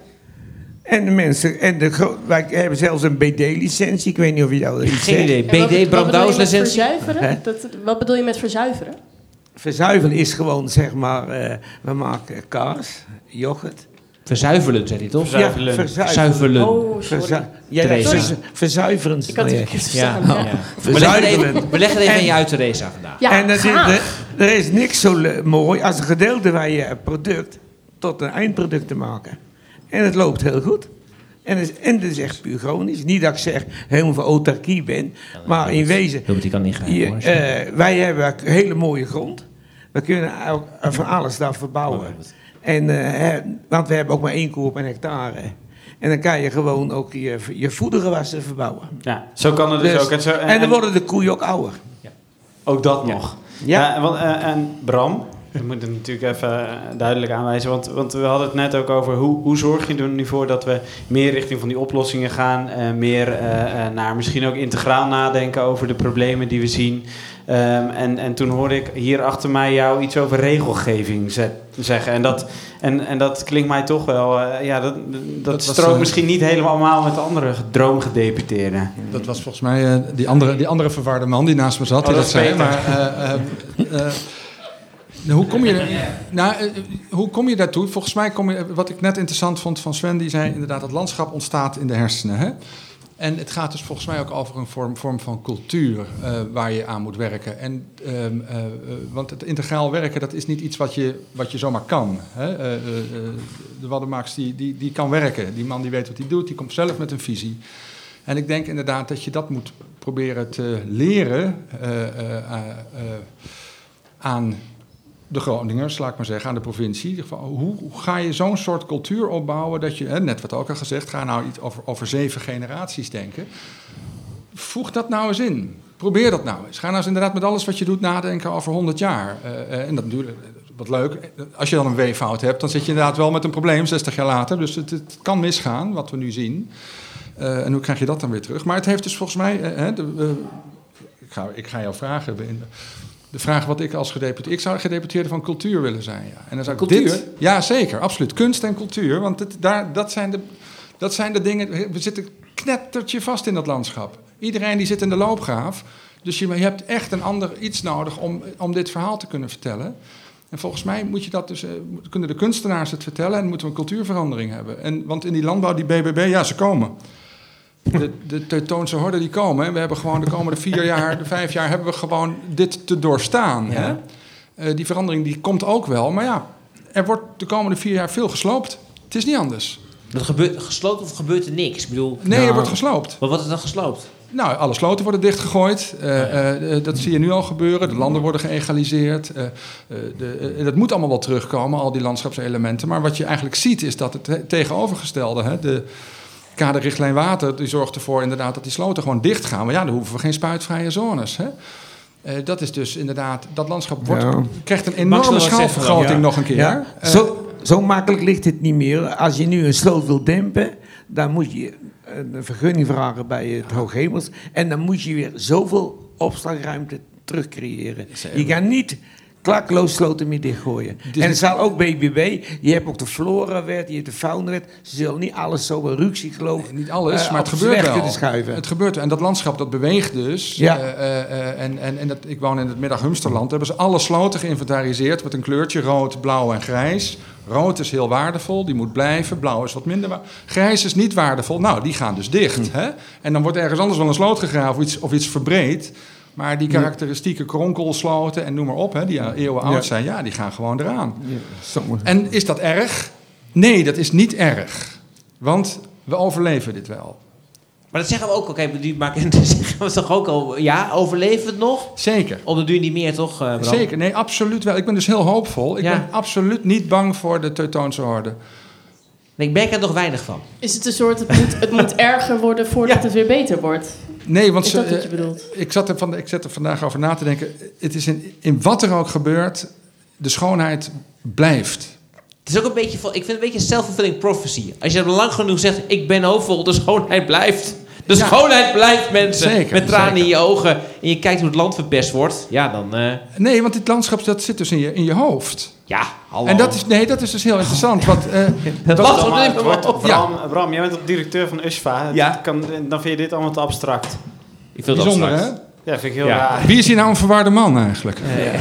En de mensen... En de, wij hebben zelfs een B D-licentie. Ik weet niet of je jou iets Geen idee. B D, Bram Douwes licentie? Dat, wat bedoel je met verzuiveren? Verzuivelen is gewoon, zeg maar... Uh, we maken kaas, yoghurt... Verzuivelen, zei hij toch? Verzuivelen. Ja, verzuivelen. Oh, sorry. Ja, verzu verzuiveren. Ik had het verkeerd verstaan. Ja. Ja. Ja. Verzuivelen. We leggen het even aan je uit, Theresa, vandaag. Ja, en er, er, er is niks zo mooi als een gedeelte van je product tot een eindproduct te maken. En het loopt heel goed. En het is, en het is echt puur Gronings. Niet dat ik zeg helemaal voor autarkie ben, maar in wezen... Die kan niet gaan, je, uh, wij hebben hele mooie grond. We kunnen ook van alles daar verbouwen. En, uh, want we hebben ook maar één koe op een hectare. En dan kan je gewoon ook je, je voedergewassen verbouwen. Ja, zo kan het dus, dus ook. En, zo, en, en dan worden de koeien ook ouder. Ja. Ook dat ja. nog. Ja. Ja, en, want, uh, en Bram, ik moet het natuurlijk even duidelijk aanwijzen. Want, want we hadden het net ook over hoe, hoe zorg je er nu voor dat we meer richting van die oplossingen gaan. Uh, meer uh, uh, naar misschien ook integraal nadenken over de problemen die we zien. Um, en, en toen hoorde ik hier achter mij jou iets over regelgeving ze zeggen. En dat, en, en dat klinkt mij toch wel... Uh, ja, dat, dat, dat strookt was, uh, misschien niet helemaal met de andere droomgedeputeerden. Dat was volgens mij uh, die, andere, die andere verwarde man die naast me zat. Oh, die dat, dat zei. Maar, uh, uh, uh, hoe kom je, nou, uh, hoe kom je daartoe? Volgens mij kom je... Wat ik net interessant vond van Sven, die zei inderdaad... het landschap ontstaat in de hersenen, hè? En het gaat dus volgens mij ook over een vorm, vorm van cultuur uh, waar je aan moet werken. En, uh, uh, uh, want het integraal werken, dat is niet iets wat je, wat je zomaar kan. Hè? Uh, uh, de Waddenmaaks, die, die, die kan werken. Die man die weet wat hij doet, die komt zelf met een visie. En ik denk inderdaad dat je dat moet proberen te leren uh, uh, uh, uh, aan de Groningers, laat ik maar zeggen, aan de provincie. Van, hoe, hoe ga je zo'n soort cultuur opbouwen dat je, hè, net wat ook al gezegd, ga nou iets over, over zeven generaties denken. Voeg dat nou eens in. Probeer dat nou eens. Ga nou eens inderdaad met alles wat je doet nadenken over honderd jaar. Uh, uh, en dat natuurlijk, wat leuk. Als je dan een weeffout hebt, dan zit je inderdaad wel met een probleem zestig jaar later. Dus het, het kan misgaan, wat we nu zien. Uh, en hoe krijg je dat dan weer terug? Maar het heeft dus volgens mij... Uh, de, uh, ik, ga, ik ga jou vragen... De vraag wat ik als gedeputeerde... Ik zou gedeputeerde van cultuur willen zijn, ja. En dan zou ik cultuur? Dit, ja, zeker, absoluut. Kunst en cultuur, want het, daar, dat, zijn de, dat zijn de dingen... We zitten knettertje vast in dat landschap. Iedereen die zit in de loopgraaf. Dus je, je hebt echt een ander iets nodig om, om dit verhaal te kunnen vertellen. En volgens mij moet je dat dus, uh, kunnen de kunstenaars het vertellen... en moeten we een cultuurverandering hebben. En, want in die landbouw, die B B B, ja, ze komen... De, de Teutoonse horden die komen. Hè. We hebben gewoon de komende vier jaar, de vijf jaar... hebben we gewoon dit te doorstaan. Ja. Hè. Uh, die verandering die komt ook wel. Maar ja, er wordt de komende vier jaar veel gesloopt. Het is niet anders. Dat gebeurt gesloopt of gebeurt er niks? Ik bedoel, nee, nou, er wordt gesloopt. Maar wat is dan gesloopt? Nou, alle sloten worden dichtgegooid. Uh, uh, uh, dat zie je nu al gebeuren. De landen worden geëgaliseerd. Uh, uh, de, uh, dat moet allemaal wel terugkomen, al die landschapselementen. Maar wat je eigenlijk ziet is dat het tegenovergestelde... Hè, de kaderrichtlijn water, die zorgt ervoor inderdaad dat die sloten gewoon dicht gaan. Maar ja, dan hoeven we geen spuitvrije zones. Hè? Uh, dat is dus inderdaad, dat landschap wordt, ja. krijgt een enorme schaalvergroting ja. nog een keer. Ja. Uh, zo, zo makkelijk ligt het niet meer. Als je nu een sloot wil dempen, dan moet je een vergunning vragen bij het Hooghemels. En dan moet je weer zoveel opslagruimte terugcreëren. Je gaat niet... klakkeloos sloten meer dichtgooien. Dus en het zal ook B B B. Je hebt ook de Flora-wet, je hebt de Fauna-wet. Ze zullen niet alles zo bij rukzichtloos... Nee, niet alles, uh, maar het gebeurt wel. Schuiven. Het gebeurt wel. En dat landschap, dat beweegt dus. Ja. Uh, uh, uh, en en, en dat, ik woon in het Middag-Humsterland. Daar hebben ze alle sloten geïnventariseerd met een kleurtje rood, blauw en grijs. Rood is heel waardevol, die moet blijven. Blauw is wat minder waardevol. Grijs is niet waardevol. Nou, die gaan dus dicht. Hm. Hè? En dan wordt ergens anders wel een sloot gegraven of iets, of iets verbreed... Maar die karakteristieke kronkelsloten en noem maar op, hè, die eeuwen oud zijn, ja, die gaan gewoon eraan. Ja, en is dat erg? Nee, dat is niet erg. Want we overleven dit wel. Maar dat zeggen we ook, oké, okay, die maken dat zeggen we toch ook al, ja, overleven we het nog? Zeker. Op de duur niet meer, toch? Uh, Zeker, nee, absoluut wel. Ik ben dus heel hoopvol. Ik ja. ben absoluut niet bang voor de Teutoonse horde. Nee, ik merk er nog weinig van. Is het een soort, het moet, het moet erger worden voordat ja. het weer beter wordt? Nee, want is dat wat je bedoelt? Ik zat er, van, ik zat er vandaag over na te denken. Het is in, in wat er ook gebeurt, de schoonheid blijft. Het is ook een beetje, ik vind het een beetje een self-fulfilling prophecy. Als je lang genoeg zegt, ik ben hoopvol, de schoonheid blijft. De ja. schoonheid blijft, mensen. Zeker, met tranen zeker. in je ogen. En je kijkt hoe het land verpest wordt. Ja, dan... Uh... Nee, want dit landschap, dat zit dus in je, in je hoofd. Ja, hallo. En dat is, nee, dat is dus heel interessant. Wat, uh, dat wat, wat, wat, het wordt, Bram, ja. Bram, jij bent ook directeur van U S F A. Ja. Kan, dan vind je dit allemaal te abstract. Ik vind het bijzonder, abstract. Hè? Ja, vind ik heel ja. raar. Wie is hier nou een verwarde man eigenlijk?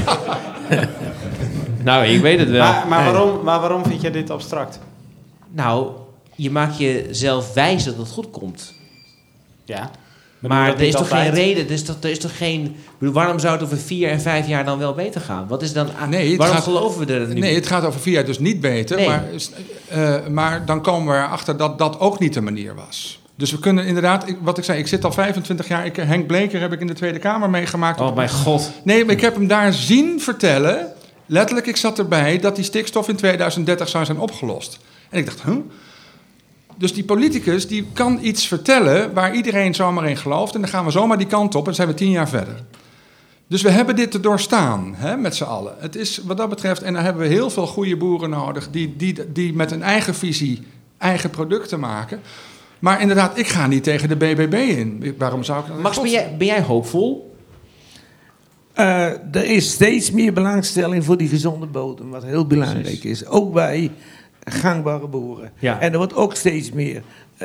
Ja. Nou, ik weet het wel. Maar, maar, waarom, maar waarom vind jij dit abstract? Nou, je maakt jezelf wijs dat het goed komt. Ja. Maar, maar er is toch altijd? geen reden, er is toch, er is toch geen... Bedoel, waarom zou het over vier en vijf jaar dan wel beter gaan? Wat is dan... Nee, waarom gaat, geloven we er nu? Nee, het gaat over vier jaar dus niet beter. Nee. Maar, uh, maar dan komen we erachter dat dat ook niet de manier was. Dus we kunnen inderdaad... Ik, wat ik zei, ik zit al vijfentwintig jaar... Ik, Henk Bleker heb ik in de Tweede Kamer meegemaakt. Oh, mijn god. Nee, maar ik heb hem daar zien vertellen... Letterlijk, ik zat erbij... dat die stikstof in tweeduizend dertig zou zijn opgelost. En ik dacht, huh? Dus die politicus die kan iets vertellen waar iedereen zomaar in gelooft. En dan gaan we zomaar die kant op en zijn we tien jaar verder. Dus we hebben dit te doorstaan, hè, met z'n allen. Het is wat dat betreft, en dan hebben we heel veel goede boeren nodig... die, die, die met een eigen visie eigen producten maken. Maar inderdaad, ik ga niet tegen de B B B in. Waarom zou ik dat? Max, ben jij, ben jij hoopvol? Uh, er is steeds meer belangstelling voor die gezonde bodem, wat heel belangrijk Precies. is. Ook bij... gangbare boeren. Ja. En er wordt ook steeds meer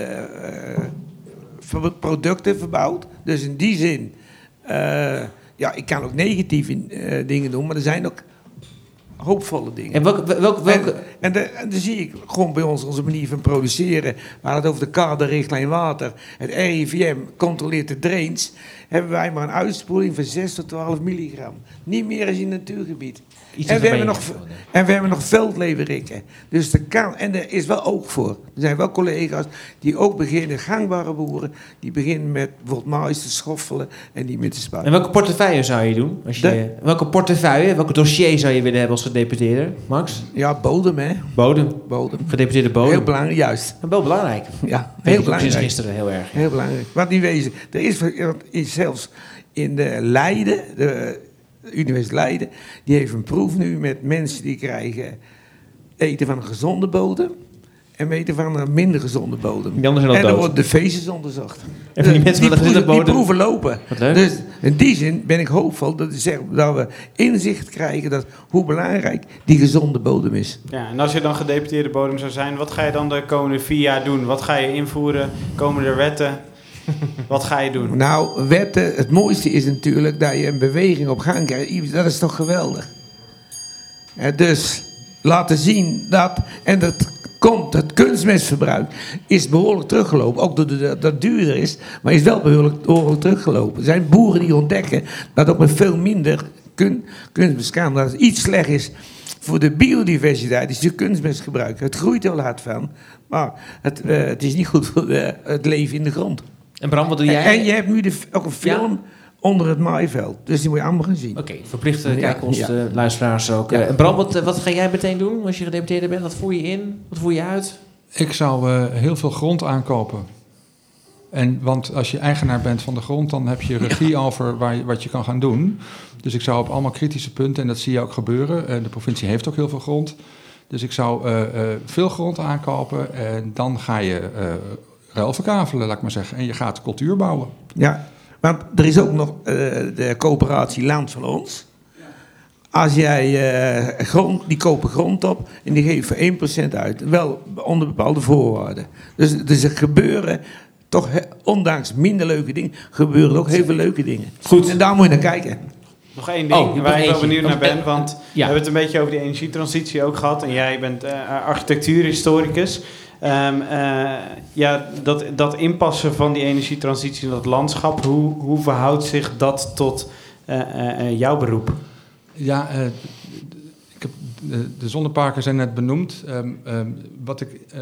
uh, producten verbouwd. Dus in die zin, uh, ja, ik kan ook negatieve uh, dingen doen, maar er zijn ook hoopvolle dingen. En welke... welke, welke... En, en, de, en dan zie ik gewoon bij ons onze manier van produceren. We hadden het over de kaderrichtlijn water. Het R I V M controleert de drains. hebben wij maar een uitspoeling van zes tot twaalf milligram. Niet meer als in een natuurgebied. Iets En we, hebben nog, gemeen. en we hebben nog veldleverikken. Dus er kan, en er is wel oog voor. Er zijn wel collega's die ook beginnen, gangbare boeren, die beginnen met bijvoorbeeld mais te schoffelen en niet meer te spuiten. En welke portefeuille zou je doen? Als je, De- welke portefeuille, welke dossier zou je willen hebben als gedeputeerde, Max? Ja, bodem, hè. Bodem. Bodem. Gedeputeerde bodem. Heel belangrijk, juist. Wel belangrijk. Ja, Weet heel ik belangrijk. Sinds gisteren heel erg. Heel belangrijk. Want die wezen, er is, want is zelfs in de Leiden, de Universiteit Leiden, die heeft een proef nu met mensen die krijgen eten van een gezonde bodem en eten van een minder gezonde bodem. Die anderen zijn al en dan dood. worden de feestjes onderzocht. En van die De- mensen met een proeven, gezonde bodem- die proeven lopen. Wat leuk. Dus in die zin ben ik hoopvol dat, ik zeg, dat we inzicht krijgen dat hoe belangrijk die gezonde bodem is. Ja, en als je dan gedeputeerde bodem zou zijn, wat ga je dan de komende vier jaar doen? Wat ga je invoeren? Komen er wetten? Wat ga je doen? Nou, wetten, het mooiste is natuurlijk dat je een beweging op gang krijgt. Dat is toch geweldig? Eh, dus laten zien dat, en dat komt, het kunstmestverbruik is behoorlijk teruggelopen. Ook doordat het dat duurder is, maar is wel behoorlijk, behoorlijk teruggelopen. Er zijn boeren die ontdekken dat ook met veel minder kun, kunstmest kan. Dat het iets slecht is voor de biodiversiteit, is je kunstmestgebruik. Het groeit heel hard van, maar het, eh, het is niet goed voor de, het leven in de grond. En Bram, wat doe jij? En, en je hebt nu de, ook een film onder het maaiveld. Dus die moet je allemaal gaan zien. Oké, verplichte Ja, kijkers, ja. uh, luisteraars ook. Ja. Uh, en Bram, wat, uh, wat ga jij meteen doen als je gedeputeerde bent? Wat voer je in? Wat voer je uit? Ik zou uh, heel veel grond aankopen. En, want als je eigenaar bent van de grond, dan heb je regie ja. over waar je, wat je kan gaan doen. Dus ik zou op allemaal kritische punten, en dat zie je ook gebeuren. Uh, de provincie heeft ook heel veel grond. Dus ik zou uh, uh, veel grond aankopen en dan ga je uh, ruilverkavelen, laat ik maar zeggen. En je gaat cultuur bouwen. Ja, want er is ook nog uh, de coöperatie Land van Ons. Als jij uh, grond, die kopen grond op en die geven voor één procent uit. Wel onder bepaalde voorwaarden. Dus, dus er gebeuren toch, he, ondanks minder leuke dingen, gebeuren ook heel veel leuke dingen. Goed. En daar moet je naar kijken. Nog één ding Oh, waar ik wel eentje. benieuwd naar ben, want Ja. we hebben het een beetje over die energietransitie ook gehad. En jij bent uh, architectuurhistoricus. Um, uh, ja, dat, dat inpassen van die energietransitie in dat landschap, hoe, hoe verhoudt zich dat tot uh, uh, uh, jouw beroep? Ja, uh, ik heb, de, de zonneparken zijn net benoemd. Um, um, wat ik, uh,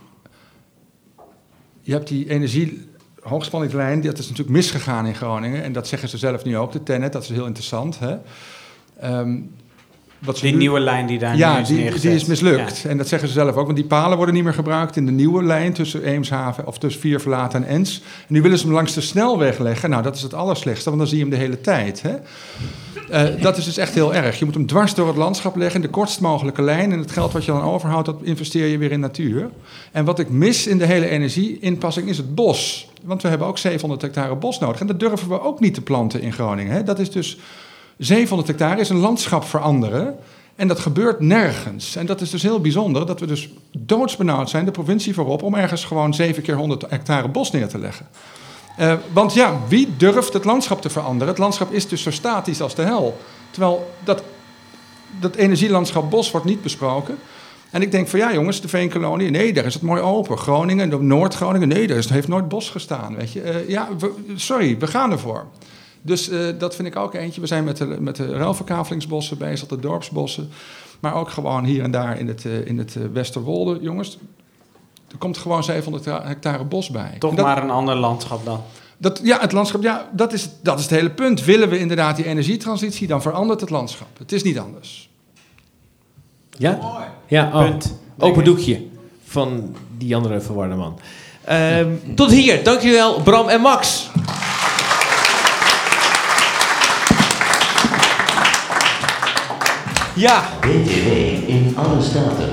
je hebt die energie hoogspanningslijn, dat is natuurlijk misgegaan in Groningen. En dat zeggen ze zelf nu ook, de TenneT, dat is heel interessant. Hè? Um, wat die nu, nieuwe lijn die daar ja, nu is die, neergezet. die is mislukt. Ja. En dat zeggen ze zelf ook, want die palen worden niet meer gebruikt in de nieuwe lijn tussen Eemshaven of tussen Vierverlaten en Ens. En nu willen ze hem langs de snelweg leggen. Nou, dat is het allerslechtste, want dan zie je hem de hele tijd. Hè? Uh, dat is dus echt heel erg. Je moet hem dwars door het landschap leggen, de kortst mogelijke lijn. En het geld wat je dan overhoudt, dat investeer je weer in natuur. En wat ik mis in de hele energieinpassing is het bos. Want we hebben ook zevenhonderd hectare bos nodig. En dat durven we ook niet te planten in Groningen. Hè? Dat is dus zevenhonderd hectare is een landschap veranderen. En dat gebeurt nergens. En dat is dus heel bijzonder, dat we dus doodsbenauwd zijn, de provincie voorop, om ergens gewoon zeven keer honderd hectare bos neer te leggen. Uh, want ja, wie durft het landschap te veranderen? Het landschap is dus zo statisch als de hel. Terwijl dat, dat energielandschap bos wordt niet besproken. En ik denk van ja jongens, de Veenkolonie, nee, daar is het mooi open. Groningen, Noord-Groningen, nee, daar is, heeft nooit bos gestaan. Weet je? Uh, ja, we, sorry, we gaan ervoor. Dus uh, dat vind ik ook eentje. We zijn met de, met de ruilverkavelingsbossen bezig, de dorpsbossen. Maar ook gewoon hier en daar in het, uh, in het uh, Westerwolde, jongens. Er komt gewoon zevenhonderd hectare bos bij. Toch dat, maar een ander landschap dan? Dat, ja, het landschap, ja, dat is, dat is het hele punt. Willen we inderdaad die energietransitie, dan verandert het landschap. Het is niet anders. Ja? Ja, oh. Punt. Open doekje van die andere verwarde man. Uh, ja. Tot hier. Dankjewel, Bram en Max. Ja. B T W in alle staten.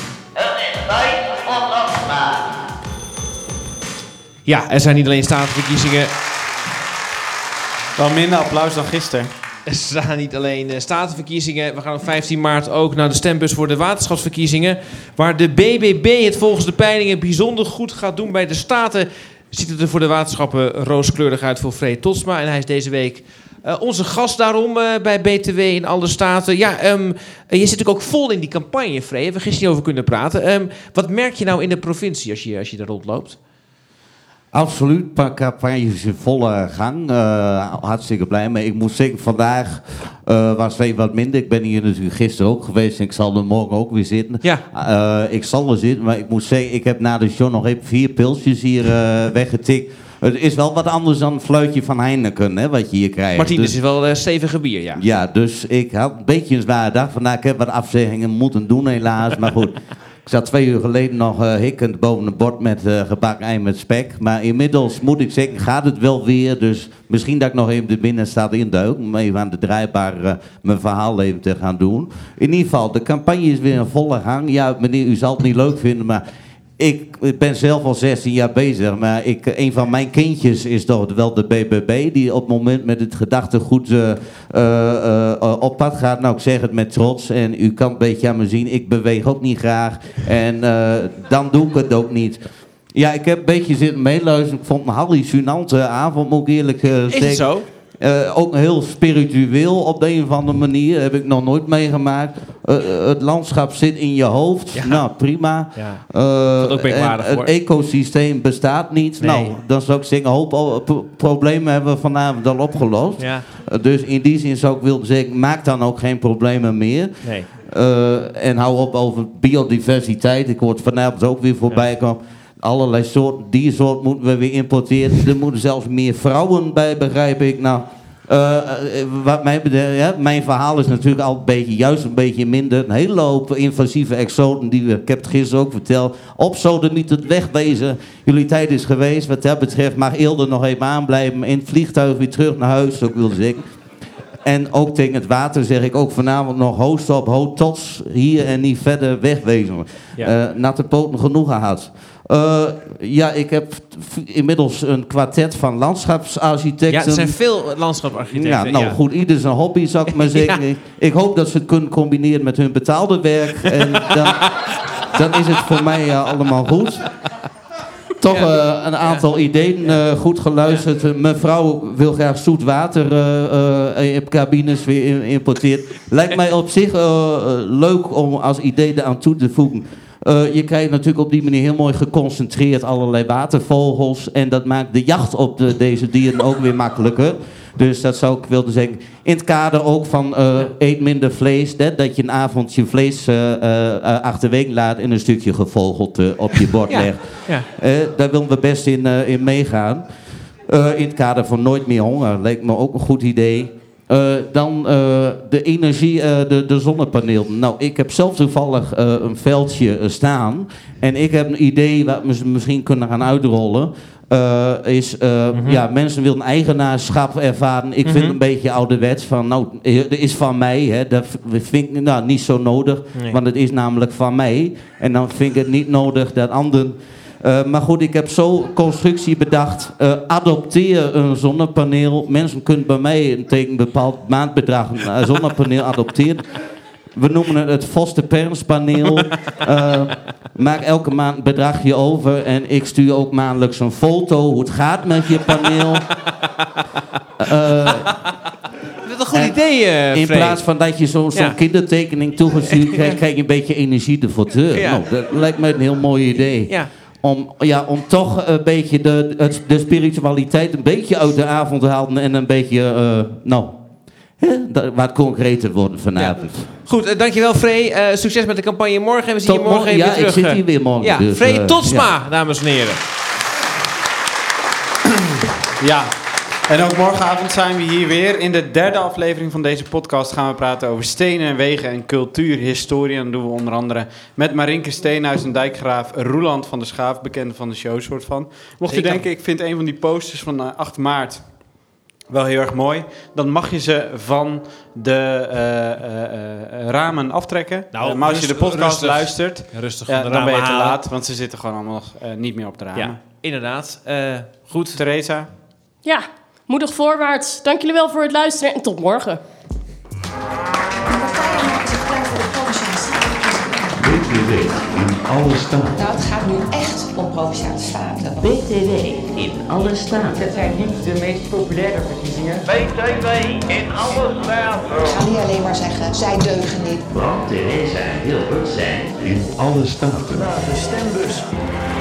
Ja, er zijn niet alleen statenverkiezingen. Wel minder applaus dan gisteren. Er staan niet alleen uh, statenverkiezingen. We gaan op vijftien maart ook naar de stembus voor de waterschapsverkiezingen. Waar de B B B het volgens de peilingen bijzonder goed gaat doen bij de staten. Ziet het er voor de waterschappen rooskleurig uit voor Freek Totsma. En hij is deze week uh, onze gast daarom uh, bij B T W in alle staten. Ja, um, uh, je zit natuurlijk ook vol in die campagne, Freek. Hebben we gisteren niet over kunnen praten. Um, wat merk je nou in de provincie als je, als je er rondloopt? Absoluut, paar campagnes in volle gang. Uh, hartstikke blij mee. Ik moet zeggen, vandaag uh, was het wat minder. Ik ben hier natuurlijk gisteren ook geweest en ik zal er morgen ook weer zitten. Ja. Uh, ik zal er zitten, maar ik moet zeggen, ik heb na de show nog even vier pilsjes hier uh, weggetikt. Het is wel wat anders dan een fluitje van Heineken, hè, wat je hier krijgt. Martien, dus, dit is wel uh, stevige bier, ja. Ja, dus ik had een beetje een zware dag. Vandaag heb ik wat afzeggingen moeten doen helaas, maar goed. Ik zat twee uur geleden nog uh, hikkend boven een bord met uh, gebakken ei met spek. Maar inmiddels moet ik zeggen, gaat het wel weer. Dus misschien dat ik nog even de binnenstad induik. Om even aan de draaibaar uh, mijn verhaal even te gaan doen. In ieder geval, de campagne is weer in volle gang. Ja, meneer, u zal het niet leuk vinden, maar... Ik ben zelf al zestien jaar bezig, maar ik, een van mijn kindjes is toch wel de B B B... die op het moment met het gedachtegoed uh, uh, uh, op pad gaat. Nou, ik zeg het met trots en u kan een beetje aan me zien. Ik beweeg ook niet graag en uh, dan doe ik het ook niet. Ja, ik heb een beetje zitten meeluisteren. Ik vond het een hallucinante avond, moet ik eerlijk uh, zeggen. Is het zo? Uh, ook heel spiritueel op de een of andere manier. Heb ik nog nooit meegemaakt. Uh, het landschap zit in je hoofd. Ja. Nou, prima. Ja. Uh, Dat ook en het ecosysteem bestaat niet. Nee. Nou, dan zou ik zeggen, een hoop pro- problemen hebben we vanavond al opgelost. Ja. Uh, dus in die zin zou ik willen zeggen, maak dan ook geen problemen meer. Nee. Uh, en hou op over biodiversiteit. Ik hoor het vanavond ook weer voorbij ja. komen. Allerlei soorten, diersoorten moeten we weer importeren. Er moeten zelfs meer vrouwen bij, begrijp ik. Nou, uh, wat mij betreft, ja, mijn verhaal is natuurlijk al een beetje, juist een beetje minder. Een hele hoop invasieve exoten, die we, ik heb het gisteren ook verteld, op sodemieten wegwezen. Jullie tijd is geweest. Wat dat betreft mag Eelde nog even aanblijven. In het vliegtuig weer terug naar huis, zo ik wil zeggen. En ook tegen het water zeg ik ook vanavond nog ho stop, ho tots, hier en niet verder wegwezen. Ja. Uh, natte poten genoeg gehad. Uh, ja, ik heb f- inmiddels een kwartet van landschapsarchitecten. Ja, er zijn veel landschapsarchitecten. Ja, nou ja. Goed, ieder zijn hobby, zou ik maar zeggen. Ja. Ik, ik hoop dat ze het kunnen combineren met hun betaalde werk. En dan, dan is het voor mij uh, allemaal goed. Toch uh, een aantal ja. ideeën uh, goed geluisterd. Ja. Mevrouw wil graag zoet water uh, uh, in cabines weer importeren. Lijkt mij op zich uh, uh, leuk om als idee eraan toe te voegen. Uh, je krijgt natuurlijk op die manier heel mooi geconcentreerd allerlei watervogels. En dat maakt de jacht op de, deze dieren ook weer makkelijker. Dus dat zou ik willen zeggen. In het kader ook van uh, eet minder vlees. Hè, dat je een avondje vlees uh, uh, achterwege laat en een stukje gevogeld uh, op je bord ja. legt. Ja. Uh, daar willen we best in, uh, in meegaan. Uh, in het kader van nooit meer honger. Lijkt me ook een goed idee. Uh, dan uh, de energie, uh, de, de zonnepanelen. Nou, ik heb zelf toevallig uh, een veldje uh, staan. En ik heb een idee wat we misschien kunnen gaan uitrollen. Uh, is, uh, mm-hmm. ja, mensen willen eigenaarschap ervaren. Ik mm-hmm. vind het een beetje ouderwets. Van, nou, dat is van mij. Hè. Dat vind ik nou, niet zo nodig. Nee. Want het is namelijk van mij. En dan vind ik het niet nodig dat anderen... Uh, maar goed, ik heb zo'n constructie bedacht. Uh, adopteer een zonnepaneel. Mensen kunnen bij mij tegen een bepaald maandbedrag een zonnepaneel adopteren. We noemen het het Vosterpernspaneel. Uh, maak elke maand een bedragje over. En ik stuur ook maandelijks een foto hoe het gaat met je paneel. Uh, Dat is een goed idee, uh, In plaats van dat je zo'n zo ja. kindertekening toegestuurd krijgt, krijg je een beetje energie ervoor terug. Ja. Nou, dat lijkt me een heel mooi idee. Ja. Om, ja, om toch een beetje de, het, de spiritualiteit een beetje uit de avond te halen en een beetje, uh, nou, hè, wat concreter worden vanavond. Ja. Goed, uh, dankjewel Frey. Uh, succes met de campagne morgen. En we zien tot je morgen even ja, weer terug. Ja, ik zit hier weer morgen. Ja, dus, Frey uh, Totsma, ja. dames en heren. Ja. En ook morgenavond zijn we hier weer. In de derde aflevering van deze podcast gaan we praten over stenen en wegen en cultuurhistorie. En dat doen we onder andere met Marinke Steenhuis en dijkgraaf Roeland van der Schaaf, bekende van de show soort van. Mocht u denken, ik vind een van die posters van uh, acht maart wel heel erg mooi, dan mag je ze van de uh, uh, uh, ramen aftrekken. Nou, uh, maar als rustig, je de podcast rustig, luistert, rustig ja, de dan ben je te halen. laat, want ze zitten gewoon allemaal uh, niet meer op de ramen. Ja, inderdaad. Uh, goed. Theresa? Ja. Moedig voorwaarts. Dank jullie wel voor het luisteren en tot morgen. B T W in alle staten. Nou, het gaat nu echt om Provinciale Staten. B T W in alle staten. Dat zijn niet de meest populaire verkiezingen. B T W in alle staten. Ik ga niet alleen maar zeggen, zij deugen niet. Want Theresa en Hilbert zijn in alle staten. Naar de stembus.